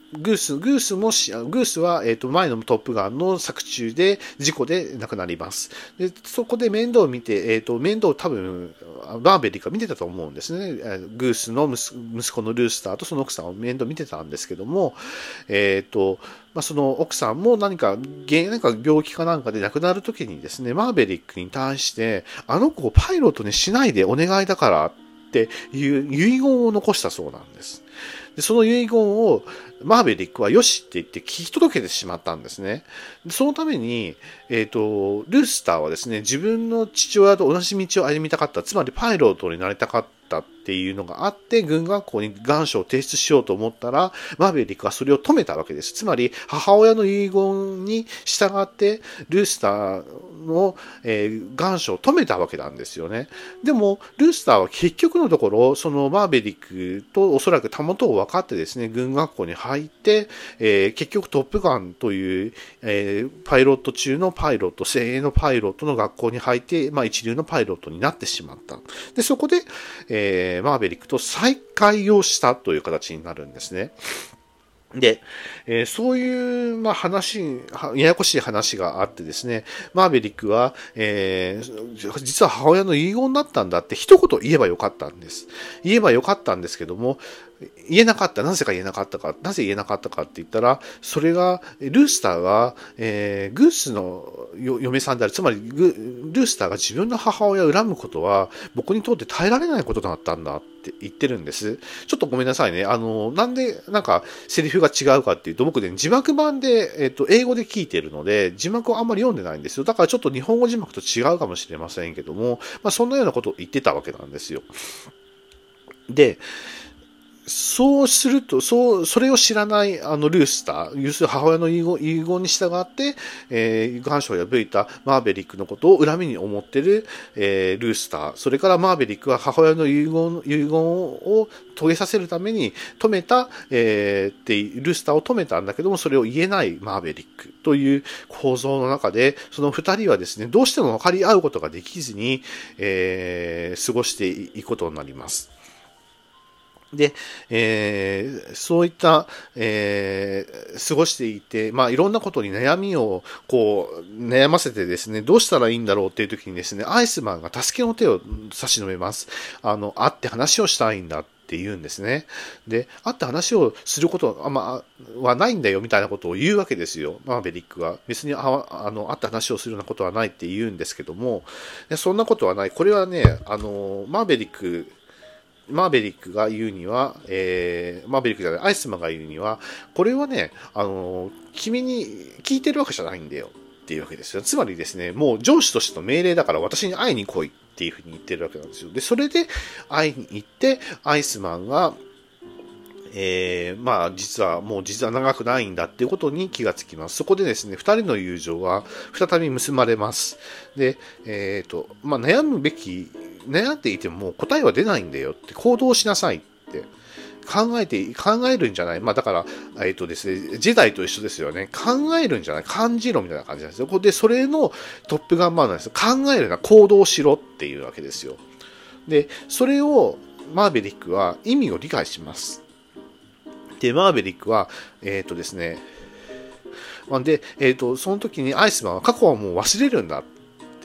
グース、グースもし、グースは、えっと、前のトップガンの作中で事故で亡くなります。で、そこで面倒を見て、えっと、面倒を多分、バーベリックは見てたと思うんですね。グースの息子のルースターとその奥さんを面倒見てたんですけども、えっと、まあ、その奥さんも何か、何か病気かなんかで亡くなるときにですね、マーベリックに対して、あの子をパイロットにしないでお願いだからっていう遺言を残したそうなんです。でその遺言をマーベリックはよしって言って聞き届けてしまったんですね。でそのために、えっと、ルースターはですね、自分の父親と同じ道を歩みたかった、つまりパイロットになりたかったっていうのがあって、軍学校に願書を提出しようと思ったら、マーベリックはそれを止めたわけです。つまり、母親の遺言に従って、ルースターの、えー、願書を止めたわけなんですよね。でも、ルースターは結局のところ、そのマーベリックとおそらくたもとを分かってですね、軍学校に入って、えー、結局トップガンという、えー、パイロット中のパイロット、精鋭のパイロットの学校に入って、まあ一流のパイロットになってしまった。で、そこで、えー、マーベリックと再会をしたという形になるんですね。で、えー、そういう、まあ、話、ややこしい話があってですね、マーベリックは、えー、実は母親の遺言だったんだって一言言えばよかったんです。言えばよかったんですけども、言えなかった。なぜか言えなかったか。なぜ言えなかったかって言ったら、それが、ルースターが、えー、グースの嫁さんである。つまり、ルースターが自分の母親を恨むことは、僕にとって耐えられないことだったんだって言ってるんです。ちょっとごめんなさいね。あの、なんで、なんか、セリフが違うかっていうと、僕ね、字幕版で、えっと、英語で聞いてるので、字幕をあんまり読んでないんですよ。だからちょっと日本語字幕と違うかもしれませんけども、まあ、そんなようなことを言ってたわけなんですよ。で、そうすると、そう、それを知らない、あの、ルースター、要するに母親の遺言遺言に従って、えー、願書を破いたマーベリックのことを恨みに思ってる、えー、ルースター。それからマーベリックは母親の遺言、遺言を遂げさせるために止めた、えー、って、ルースターを止めたんだけども、それを言えないマーベリックという構造の中で、その二人はですね、どうしても分かり合うことができずに、えー、過ごしていくことになります。で、えー、そういった、えー、過ごしていて、まあ、いろんなことに悩みを、こう、悩ませてですね、どうしたらいいんだろうっていう時にですね、アイスマンが助けの手を差し伸べます。あの、会って話をしたいんだって言うんですね。で、会って話をすることは、まあ、はないんだよみたいなことを言うわけですよ。マーベリックは。別にあ、あの、会って話をするようなことはないって言うんですけども、そんなことはない。これはね、あの、マーベリック、マーベリックが言うには、えー、マーベリックじゃない、アイスマンが言うには、これはね、あの、君に聞いてるわけじゃないんだよっていうわけですよ。つまりですね、もう上司としての命令だから私に会いに来いっていうふうに言ってるわけなんですよ。で、それで会いに行って、アイスマンが、えー、まあ実はもう実は長くないんだっていうことに気がつきます。そこでですね、二人の友情は再び結ばれます。で、えっと、まあ悩むべき、悩んでいてももう答えは出ないんだよって行動しなさいって考えて、考えるんじゃない。まあだから、えっとですね、ジェダイと一緒ですよね。考えるんじゃない。感じろみたいな感じなんですよ。で、それのトップガンマンなんですよ。考えるな、行動しろっていうわけですよ。で、それをマーベリックは意味を理解します。で、マーベリックは、えっとですね、で、えっと、その時にアイスマンは過去はもう忘れるんだって、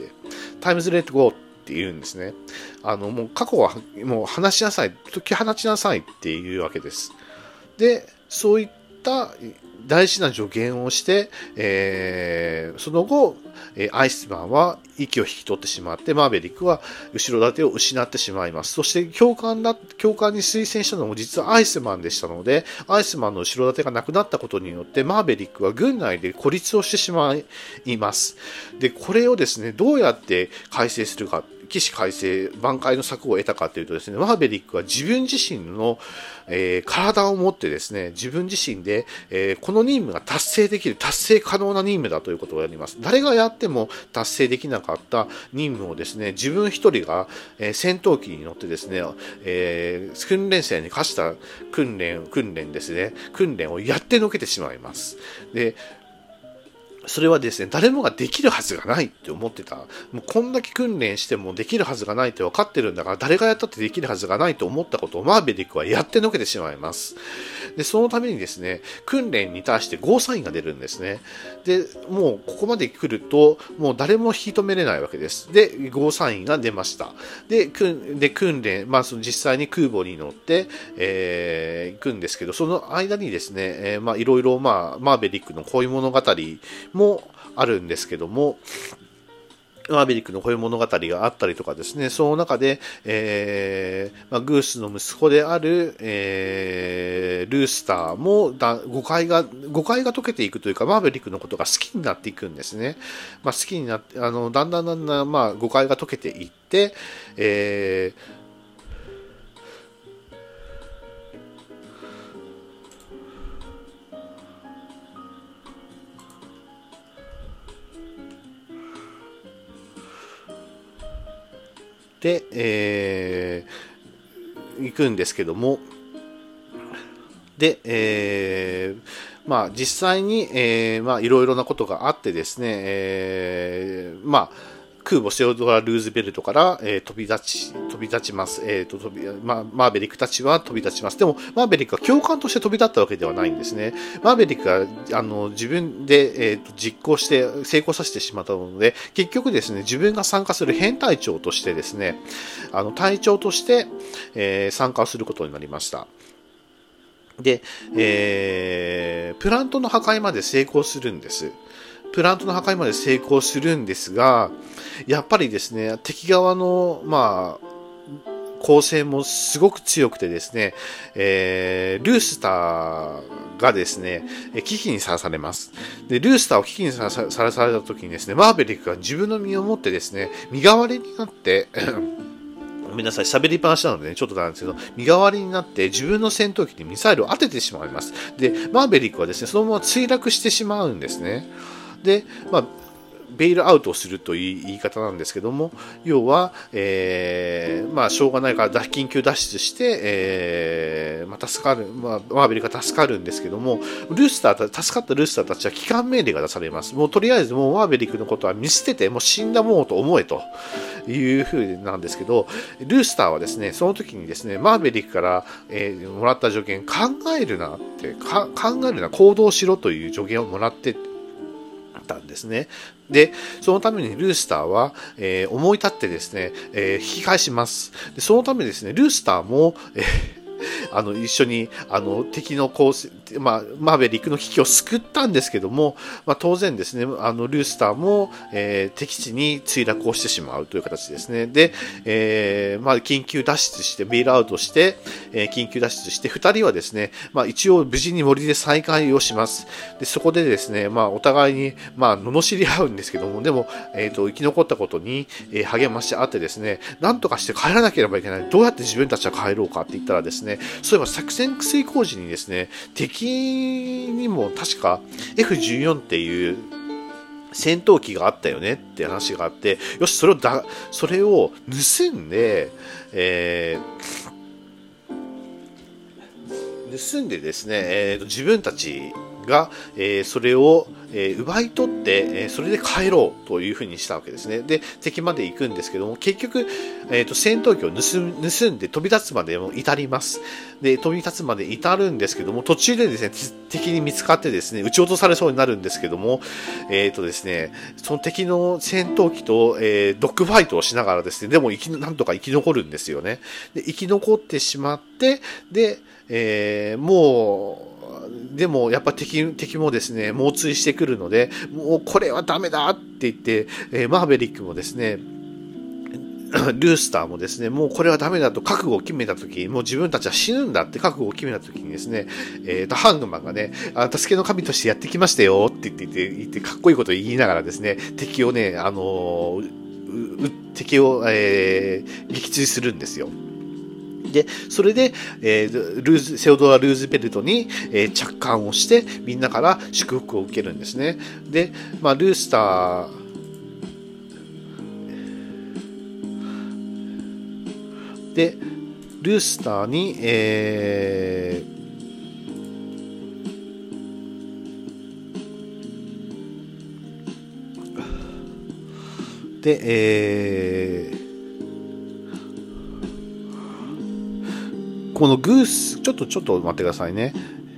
タイムズレットゴーって言うんですね。あの、もう過去はもう話しなさい、解き放ちなさいっていうわけです。で、そういった大事な助言をして、えー、その後、アイスマンは息を引き取ってしまって、マーベリックは後ろ盾を失ってしまいます。そして教官だ、教官に推薦したのも実はアイスマンでしたので、アイスマンの後ろ盾がなくなったことによって、マーベリックは軍内で孤立をしてしまいます。で、これをですね、どうやって改正するか。起死回生、挽回の策を得たかというとですね、マーベリックは自分自身の、えー、体を持ってですね、自分自身で、えー、この任務が達成できる、達成可能な任務だということをやります。誰がやっても達成できなかった任務をですね、自分一人が、えー、戦闘機に乗ってですね、えー、訓練生に課した訓練、訓練ですね、訓練をやってのけてしまいます。で、それはですね、誰もができるはずがないって思ってた。もうこんだけ訓練してもできるはずがないって分かってるんだから、誰がやったってできるはずがないと思ったことをマーベリックはやってのけてしまいます。 で、そのためにですね、訓練に対してゴーサインが出るんですね。で、もうここまで来ると、もう誰も引き止めれないわけです。で、ゴーサインが出ました。で、訓で訓練、まあ、その実際に空母に乗って、えー、行くんですけど、その間にですね、えー、まあ、いろいろ、まあ、マーベリックの恋物語もあるんですけども、マーベリックの恋物語があったりとかですね、その中で、えーまあ、グースの息子である、えー、ルースターもだ誤解が誤解が解けていくというか、マーベリックのことが好きになっていくんですね。まあ、好きになってあのだんだんだんだん、まあ、誤解が解けていって、えーで、えー、行くんですけども、で、えー、まあ実際に、えー、まあいろいろなことがあってですね、えー、まあ空母セオドラ・ルーズベルトから、えー、飛び立ち、飛び立ちます。えーと飛びまあ、マーベリックたちは飛び立ちます。でも、マーベリックは教官として飛び立ったわけではないんですね。マーベリックがあの自分で、えーと実行して成功させてしまったので、結局ですね、自分が参加する編隊長としてですね、あの隊長として、えー、参加することになりました。で、えー、プラントの破壊まで成功するんです。プラントの破壊まで成功するんですが、やっぱりですね、敵側の、まあ、攻勢もすごく強くてですね、えー、ルースターがですね、危機にさらされます。で、ルースターを危機にさらされた時にですね、マーベリックが自分の身をもってですね、身代わりになって、ごめんなさい、喋りっぱなしなのでね、ちょっとなんですけど、身代わりになって自分の戦闘機にミサイルを当ててしまいます。で、マーベリックはですね、そのまま墜落してしまうんですね。で、まあ、ベイルアウトをするという言い方なんですけども、要は、えー、まあ、しょうがないから緊急脱出して、えー、まあ、助かる、まあ、マーベリックが助かるんですけども、ルースター、助かったルースターたちは帰還命令が出されます。もうとりあえずもうマーベリックのことは見捨てて、もう死んだものと思えというふうなんですけど、ルースターはですね、その時にですね、マーベリックから、えー、もらった助言、考えるなって、か考えるな、行動しろという助言をもらってたんですね。で、そのためにルースターは、えー、思い立ってですね、えー、引き返します。で、そのためですね、ルースターも、えーあの一緒にあの敵の攻勢、まあ、マーベリックの危機を救ったんですけども、まあ、当然ですね、あのルースターも、えー、敵地に墜落をしてしまうという形ですね。で、えーまあ、緊急脱出してベイルアウトして、えー、緊急脱出してふたりはですね、まあ、一応無事に森で再会をします。でそこでですね、まあ、お互いに、まあ、罵り合うんですけども、でも、えー、と生き残ったことに、えー、励まし合ってですね、なんとかして帰らなければいけない、どうやって自分たちは帰ろうかって言ったらですね、そういえば作戦遂行時にですね、敵にも確か エフじゅうよん っていう戦闘機があったよねって話があって、よし、それをだ、それを盗んで、えー、盗んでですね、えーと、自分たちが、えー、それを、えー、奪い取って、えー、それで帰ろうというふうにしたわけですね。で、敵まで行くんですけども、結局、えーと、戦闘機を盗盗んで飛び立つまでも至ります。で、飛び立つまで至るんですけども、途中でですね、敵に見つかってですね、撃ち落とされそうになるんですけども、えーとですね、その敵の戦闘機と、えー、ドッグファイトをしながらですね、でも生き、なんとか生き残るんですよね。で、生き残ってしまって、で、えー、もう、でもやっぱ敵、敵もですね、猛追してくるので、もうこれはダメだって言って、えー、マーベリックもですね、ルースターもですね、もうこれはダメだと覚悟を決めたとき、もう自分たちは死ぬんだって覚悟を決めたときにですね、えーと、ハングマンがね、あ、助けの神としてやってきましたよって言って、言って、言ってかっこいいことを言いながらですね、敵をね、あのー、敵を、えー、撃墜するんですよ。で、それで、えー、ルーズ、セオドラ・ルーズベルトに、えー、着艦をして、みんなから祝福を受けるんですね。で、まあ、ルースター、で、ルースターに、えー、で、えー、このグース、ちょっとちょっと待ってくださいね。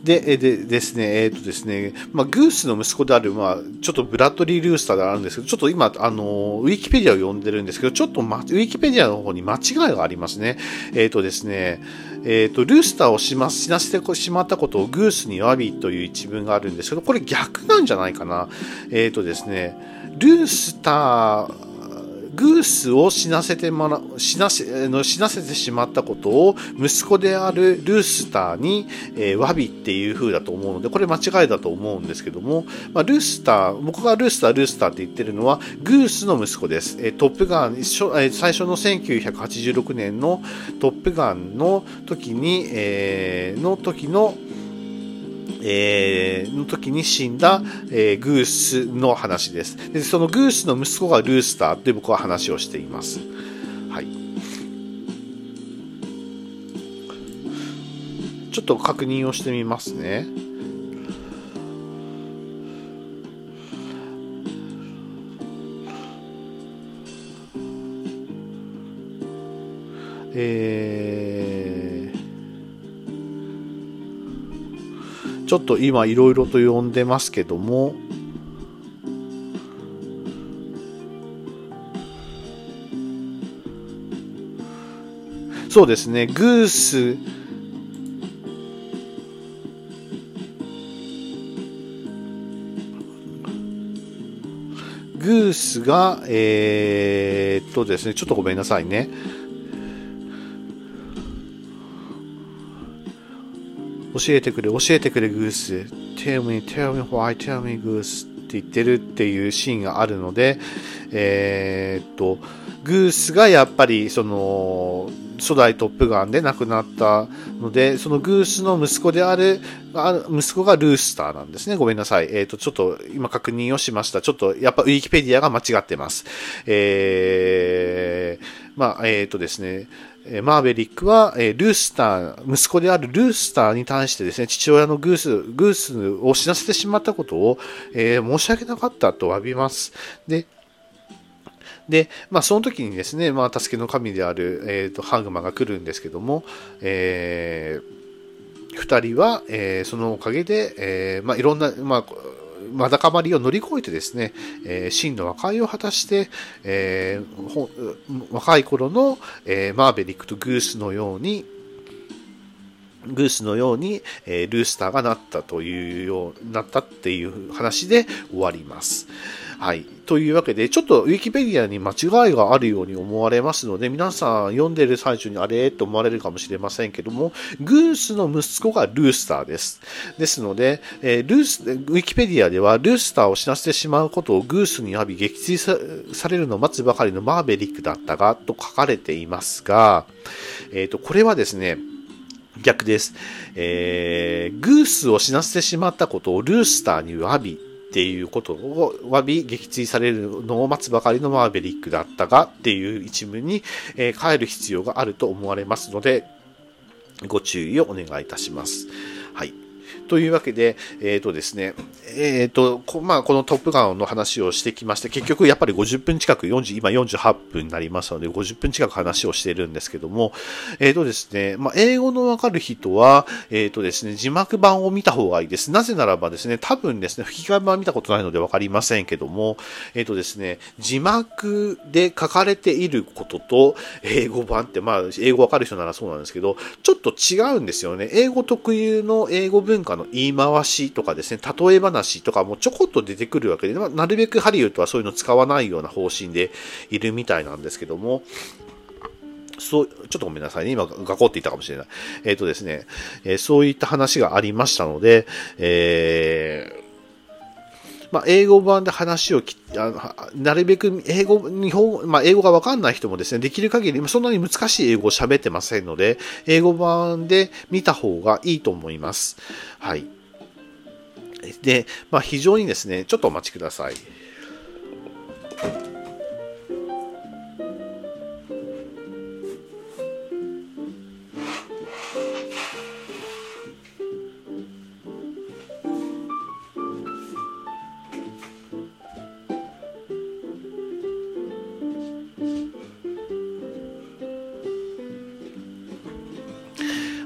で、えでですね、えっ、ー、とですね、まあ、グースの息子である、まあ、ちょっとブラッドリー・ルースターであるんですけど、ちょっと今、あの、ウィキペディアを読んでるんですけど、ちょっと、ま、ウィキペディアの方に間違いがありますね。えっ、ー、とですね、えっ、ー、と、ルースターをしま、死なせてしまったことをグースに詫びという一文があるんですけど、これ逆なんじゃないかな。えっ、とですね、ルースター、グースを死なせてもら死なせの死なせてしまったことを息子であるルースターに、えー、詫びっていう風だと思うので、これ間違いだと思うんですけども、まあ、ルースター、僕がルースター、ルースターって言ってるのはグースの息子です。えー、トップガン、最初のせんきゅうひゃくはちじゅうろくねんのトップガンの時に、えー、の時のえー、の時に死んだ、えー、グースの話です。で、そのグースの息子がルースターって僕は話をしています。はい。ちょっと確認をしてみますね。えーちょっと今いろいろと読んでますけども、そうですね、グース、グースが、えー、っとですね、ちょっとごめんなさいね。教えてくれ、教えてくれ、グース。tell me, tell me why, tell me, グースって言ってるっていうシーンがあるので、えー、っと、グースがやっぱり、その、初代トップガンで亡くなったので、そのグースの息子である、息子がルースターなんですね。ごめんなさい。えっと、ちょっと今確認をしました。ちょっとやっぱウィキペディアが間違ってます。えー、まあ、えっとですね、マーベリックは、ルースター、息子であるルースターに対してですね、父親のグース、グースを死なせてしまったことを、えー、申し訳なかったと詫びます。で、で、まあ、その時にですね、まあ、助けの神である、えーと、ハグマが来るんですけども、えー、二人は、えー、そのおかげで、えー、まあ、いろんな、まあ、まだかまりを乗り越えてですね、えー、真の和解を果たして、えー、若い頃の、えー、マーベリックとグースのように、グースのように、えー、ルースターがなったというよう、なったっていう話で終わります。はい。というわけで、ちょっとウィキペディアに間違いがあるように思われますので、皆さん読んでいる最中にあれと思われるかもしれませんけども、グースの息子がルースターです。ですので、えー、ルース、ウィキペディアではルースターを死なせてしまうことをグースに浴び撃墜 さ, されるのを待つばかりのマーベリックだったが、と書かれていますが、えっと、これはですね、逆です。えー、グースを死なせてしまったことをルースターに詫びっていうことを詫び撃墜されるのを待つばかりのマーベリックだったがっていう一文に、えー、変える必要があると思われますので、ご注意をお願いいたします。はい。というわけで、えっ、ー、とですね、えっ、ー、と、こまあ、このトップガンの話をしてきまして、結局やっぱりごじゅっぷん近く、よんじゅう今よんじゅうはっぷんになりますので、ごじゅっぷん近く話をしているんですけども、えっ、ー、とですね、まあ、英語のわかる人は、えっ、とですね、字幕版を見た方がいいです。なぜならばですね、多分ですね、吹き替え版見たことないのでわかりませんけども、えっ、とですね、字幕で書かれていることと、英語版って、まあ、英語わかる人ならそうなんですけど、ちょっと違うんですよね。英語特有の英語文化の言い回しとかですね、例え話とかもちょこっと出てくるわけで、まあ、なるべくハリウッドはそういうの使わないような方針でいるみたいなんですけども、そう、ちょっとごめんなさいね。今、ガコって言ったかもしれない。えっ、ー、とですね、えー、そういった話がありましたので、えー、まあ、英語版で話をきあなるべく英語、日本、まあ、英語がわかんない人もですね、できる限り、そんなに難しい英語を喋ってませんので、英語版で見た方がいいと思います。はい。で、まあ、非常にですね、ちょっとお待ちください。は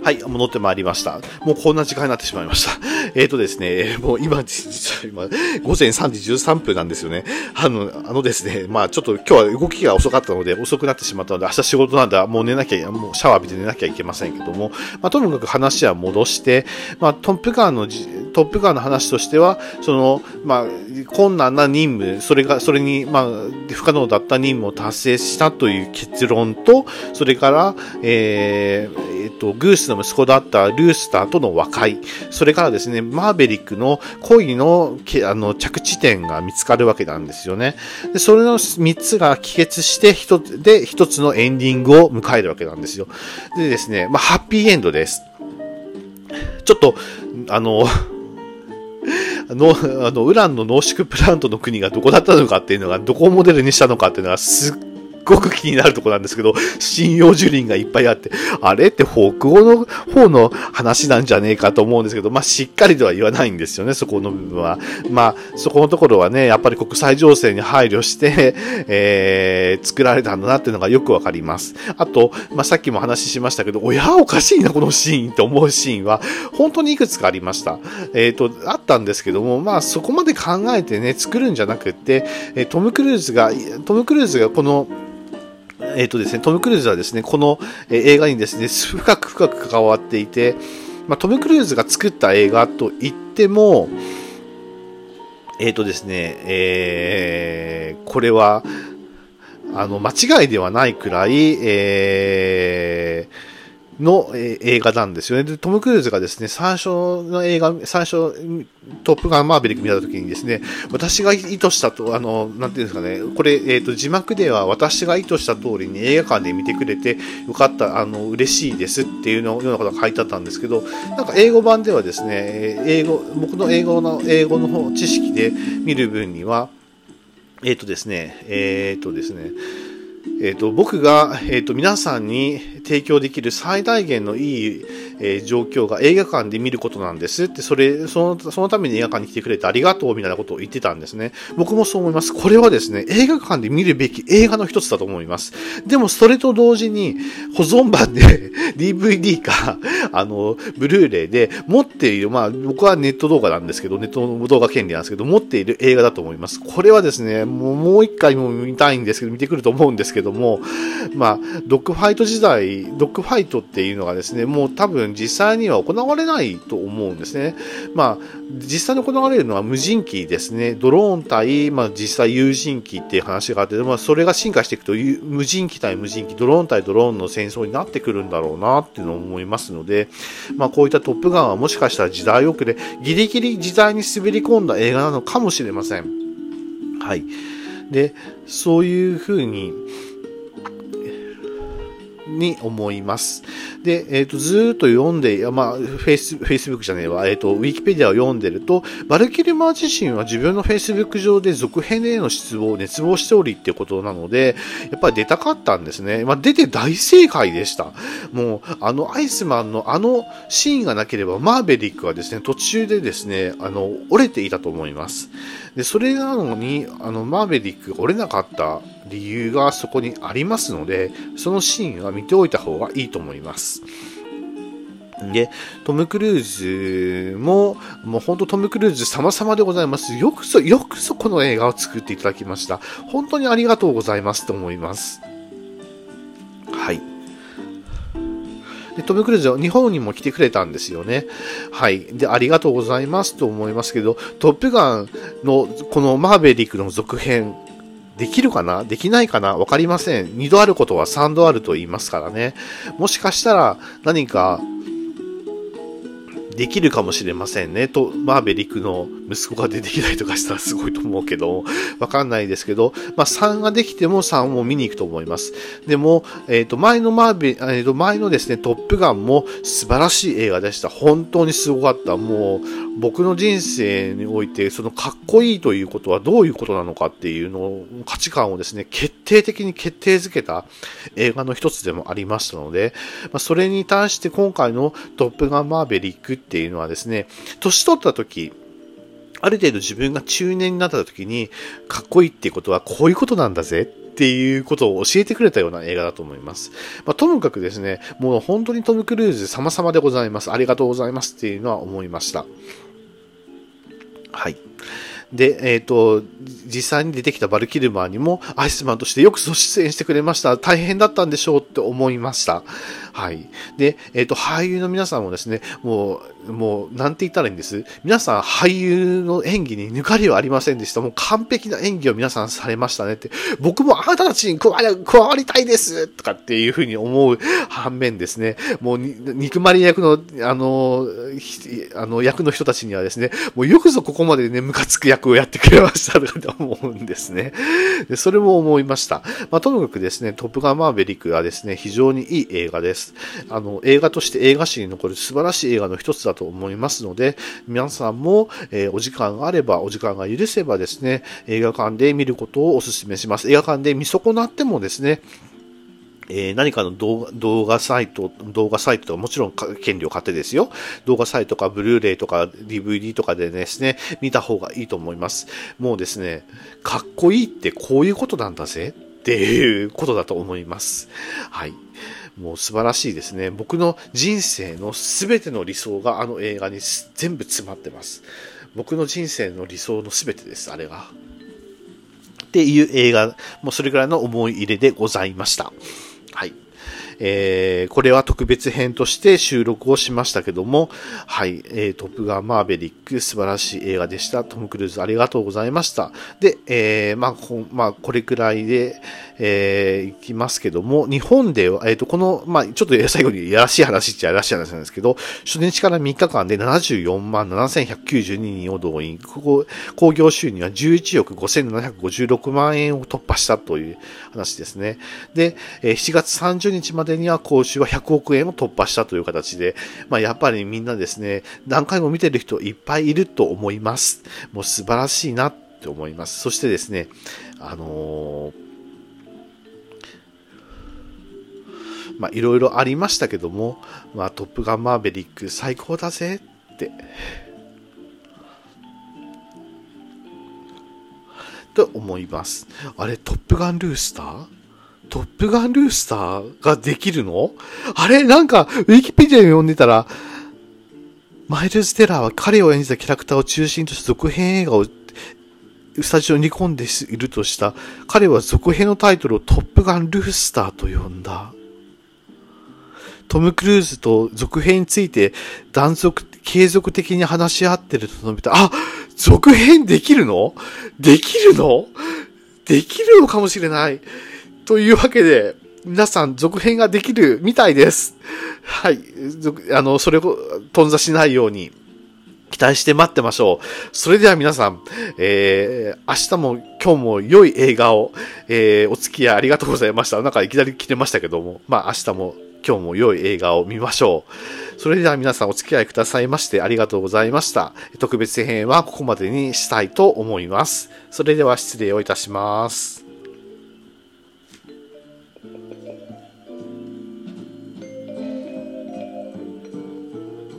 はい、戻ってまいりました。もうこんな時間になってしまいました。えっとですね、もう今、実は今、ごぜんさんじじゅうさんぷんなんですよね。あの、あのですね、まあちょっと今日は動きが遅かったので、遅くなってしまったので、明日仕事なんだ、もう寝なきゃ、もうシャワー浴びて寝なきゃいけませんけども、まあとにかく話は戻して、まあトップガンの、トップガンの話としては、その、まあ、困難な任務、それが、それに、まあ、不可能だった任務を達成したという結論と、それから、えー、えっと、グースの息子だったルースターとの和解、それからですね、マーベリックの恋の、あの、着地点が見つかるわけなんですよね。で、それのみっつが帰結して、一つで、一つのエンディングを迎えるわけなんですよ。でですね、まあ、ハッピーエンドです。ちょっと、あの、の、あの、ウランの濃縮プラントの国がどこだったのかっていうのが、どこをモデルにしたのかっていうのがすっごく気になるところなんですけど、針葉樹林がいっぱいあって、あれって北欧の方の話なんじゃねえかと思うんですけど、まあ、しっかりとは言わないんですよね、そこの部分は。まあ、そこのところはね、やっぱり国際情勢に配慮して、えー、作られたんだなっていうのがよくわかります。あと、まあ、さっきも話しましたけど、おや、おかしいな、このシーンって思うシーンは、本当にいくつかありました。えっと、あったんですけども、まあ、そこまで考えてね、作るんじゃなくって、トム・クルーズが、トム・クルーズがこの、えっとですね、トム・クルーズはですね、この、えー、映画にですね、深く深く関わっていて、まあ、トム・クルーズが作った映画といっても、えっとですね、えー、これは、あの、間違いではないくらい、えー、の、えー、映画なんですよね。で、トム・クルーズがですね、最初の映画、最初、トップガンマーベリック見たときにですね、私が意図したと、あの、なんていうんですかね、これ、えっと、字幕では私が意図した通りに映画館で見てくれてよかった、あの、嬉しいですっていうのようなことが書いてあったんですけど、なんか英語版ではですね、英語、僕の英語の、英語の方知識で見る分には、えっとですね、えっとですね、えっと、僕が、えっと、皆さんに提供できる最大限のいい、えー、状況が映画館で見ることなんですって、それ、その、そのために映画館に来てくれてありがとうみたいなことを言ってたんですね。僕もそう思います。これはですね、映画館で見るべき映画の一つだと思います。でも、それと同時に、保存版でディーブイディー か、あの、ブルーレイで持っている、まあ、僕はネット動画なんですけど、ネットの動画権利なんですけど、持っている映画だと思います。これはですね、もう、もう一回も見たいんですけど、見てくると思うんですけども、まあ、ドッグファイト時代、ドッグファイトっていうのがですね、もう多分実際には行われないと思うんですね。まあ、実際に行われるのは無人機ですね。ドローン対、まあ実際有人機っていう話があって、まあそれが進化していくと、無人機対無人機、ドローン対ドローンの戦争になってくるんだろうなっていうのを思いますので、まあこういったトップガンはもしかしたら時代遅れ、ギリギリ時代に滑り込んだ映画なのかもしれません。はい。で、そういうふうに、に思います。で、えっと、ずーっと読んで、まあ、フェイス、フェイスブックじゃねえわ、えっと、ウィキペディアを読んでると、バルキルマー自身は自分のフェイスブック上で続編への失望を熱望しておりっていうことなので、やっぱり出たかったんですね。まあ、出て大正解でした。もう、あの、アイスマンのあのシーンがなければ、マーベリックはですね、途中でですね、あの、折れていたと思います。で、それなのに、あの、マーベリックが折れなかった理由がそこにありますので、そのシーンは見ておいた方がいいと思います。で、トム・クルーズも、もう本当トム・クルーズ様々でございます。よくそ、よくそこの映画を作っていただきました。本当にありがとうございますと思います。はい。でトム・クルーズは日本にも来てくれたんですよね。はい。で、ありがとうございますと思いますけど、トップガンのこのマーベリックの続編、できるかなできないかなわかりません。二度あることは三度あると言いますからね。もしかしたら何かできるかもしれませんね。と、マーベリックの息子が出てきたりとかしたらすごいと思うけど、わかんないですけど、まあさんができてもさんを見に行くと思います。でも、えっと、前のマーベ、えっと、前のですね、トップガンも素晴らしい映画でした。本当にすごかった。もう、僕の人生において、そのかっこいいということはどういうことなのかっていうのを、価値観をですね、決定的に決定づけた映画の一つでもありましたので、まあ、それに対して今回のトップガンマーベリックっていうのはですね、年取った時、ある程度自分が中年になった時に、かっこいいっていうことはこういうことなんだぜっていうことを教えてくれたような映画だと思います。まあ、ともかくですね、もう本当にトム・クルーズ様々でございます。ありがとうございますっていうのは思いました。はい。で、えっと、実際に出てきたバルキルマーにもアイスマンとしてよく出演してくれました。大変だったんでしょうって思いました。はい。で、えっと、俳優の皆さんもですね、もう、もう、なんて言ったらいいんです。皆さん俳優の演技に抜かりはありませんでした。もう完璧な演技を皆さんされましたねって。僕もあなたたちに加わり、加わりたいですとかっていうふうに思う反面ですね、もう、憎まれ役の、あの、あの、役の人たちにはですね、もうよくぞここまでね、ムカつく役をやってくれましたと思うんですね。でそれも思いました。まあ、とにかくですね、トップガンマーヴェリックはですね、非常にいい映画です。あの、映画として映画史に残る素晴らしい映画の一つだと思いますので、皆さんも、えー、お時間があれば、お時間が許せばですね、映画館で見ることをお勧めします。映画館で見損なってもですね、えー、何かの動画、動画サイト、動画サイトとかもちろん権利を買ってですよ。動画サイトとかブルーレイとか ディーブイディー とかでですね、見た方がいいと思います。もうですね、かっこいいってこういうことなんだぜっていうことだと思います。はい。もう素晴らしいですね。僕の人生のすべての理想があの映画に全部詰まってます。僕の人生の理想のすべてです、あれが。っていう映画、もうそれぐらいの思い入れでございました。はい。えー、これは特別編として収録をしましたけども、はい、えー、トップガンマーヴェリック素晴らしい映画でした。トム・クルーズありがとうございました。で、えー、まあ、こまあ、これくらいで、えー、いきますけども、日本では、えっと、この、まあ、ちょっと最後にやらしい話っちゃやらしい話なんですけど、初日からみっかかんでななじゅうよんまんななせんひゃくきゅうじゅうににんを動員、ここ、興行収入はじゅういちおくごせんななひゃくごじゅうろくまんえんを突破したという話ですね。で、えー、しちがつさんじゅうにちまでには興収はひゃくおくえんを突破したという形で、まあ、やっぱりみんなですね、何回も見てる人いっぱいいると思います。もう素晴らしいなって思います。そしてですね、あのー、まあ、いろいろありましたけども、まあ、トップガンマーヴェリック最高だぜって、と思います。あれ、トップガンルースタートップガンルースターができるの？あれなんか、ウィキペディアを読んでたら、マイルズ・テラーは彼を演じたキャラクターを中心とした続編映画をスタジオに込んでいるとした、彼は続編のタイトルをトップガンルースターと呼んだ。トム・クルーズと続編について断続、継続的に話し合ってると述べた。あ、続編できるの？できるの？できるのかもしれない。というわけで、皆さん続編ができるみたいです。はい。あの、それを頓挫しないように期待して待ってましょう。それでは皆さん、えー、明日も今日も良い映画を、えー、お付き合いありがとうございました。なんかいきなり来てましたけども、まあ明日も今日も良い映画を見ましょう。それでは皆さんお付き合いくださいましてありがとうございました。特別編はここまでにしたいと思います。それでは失礼をいたします。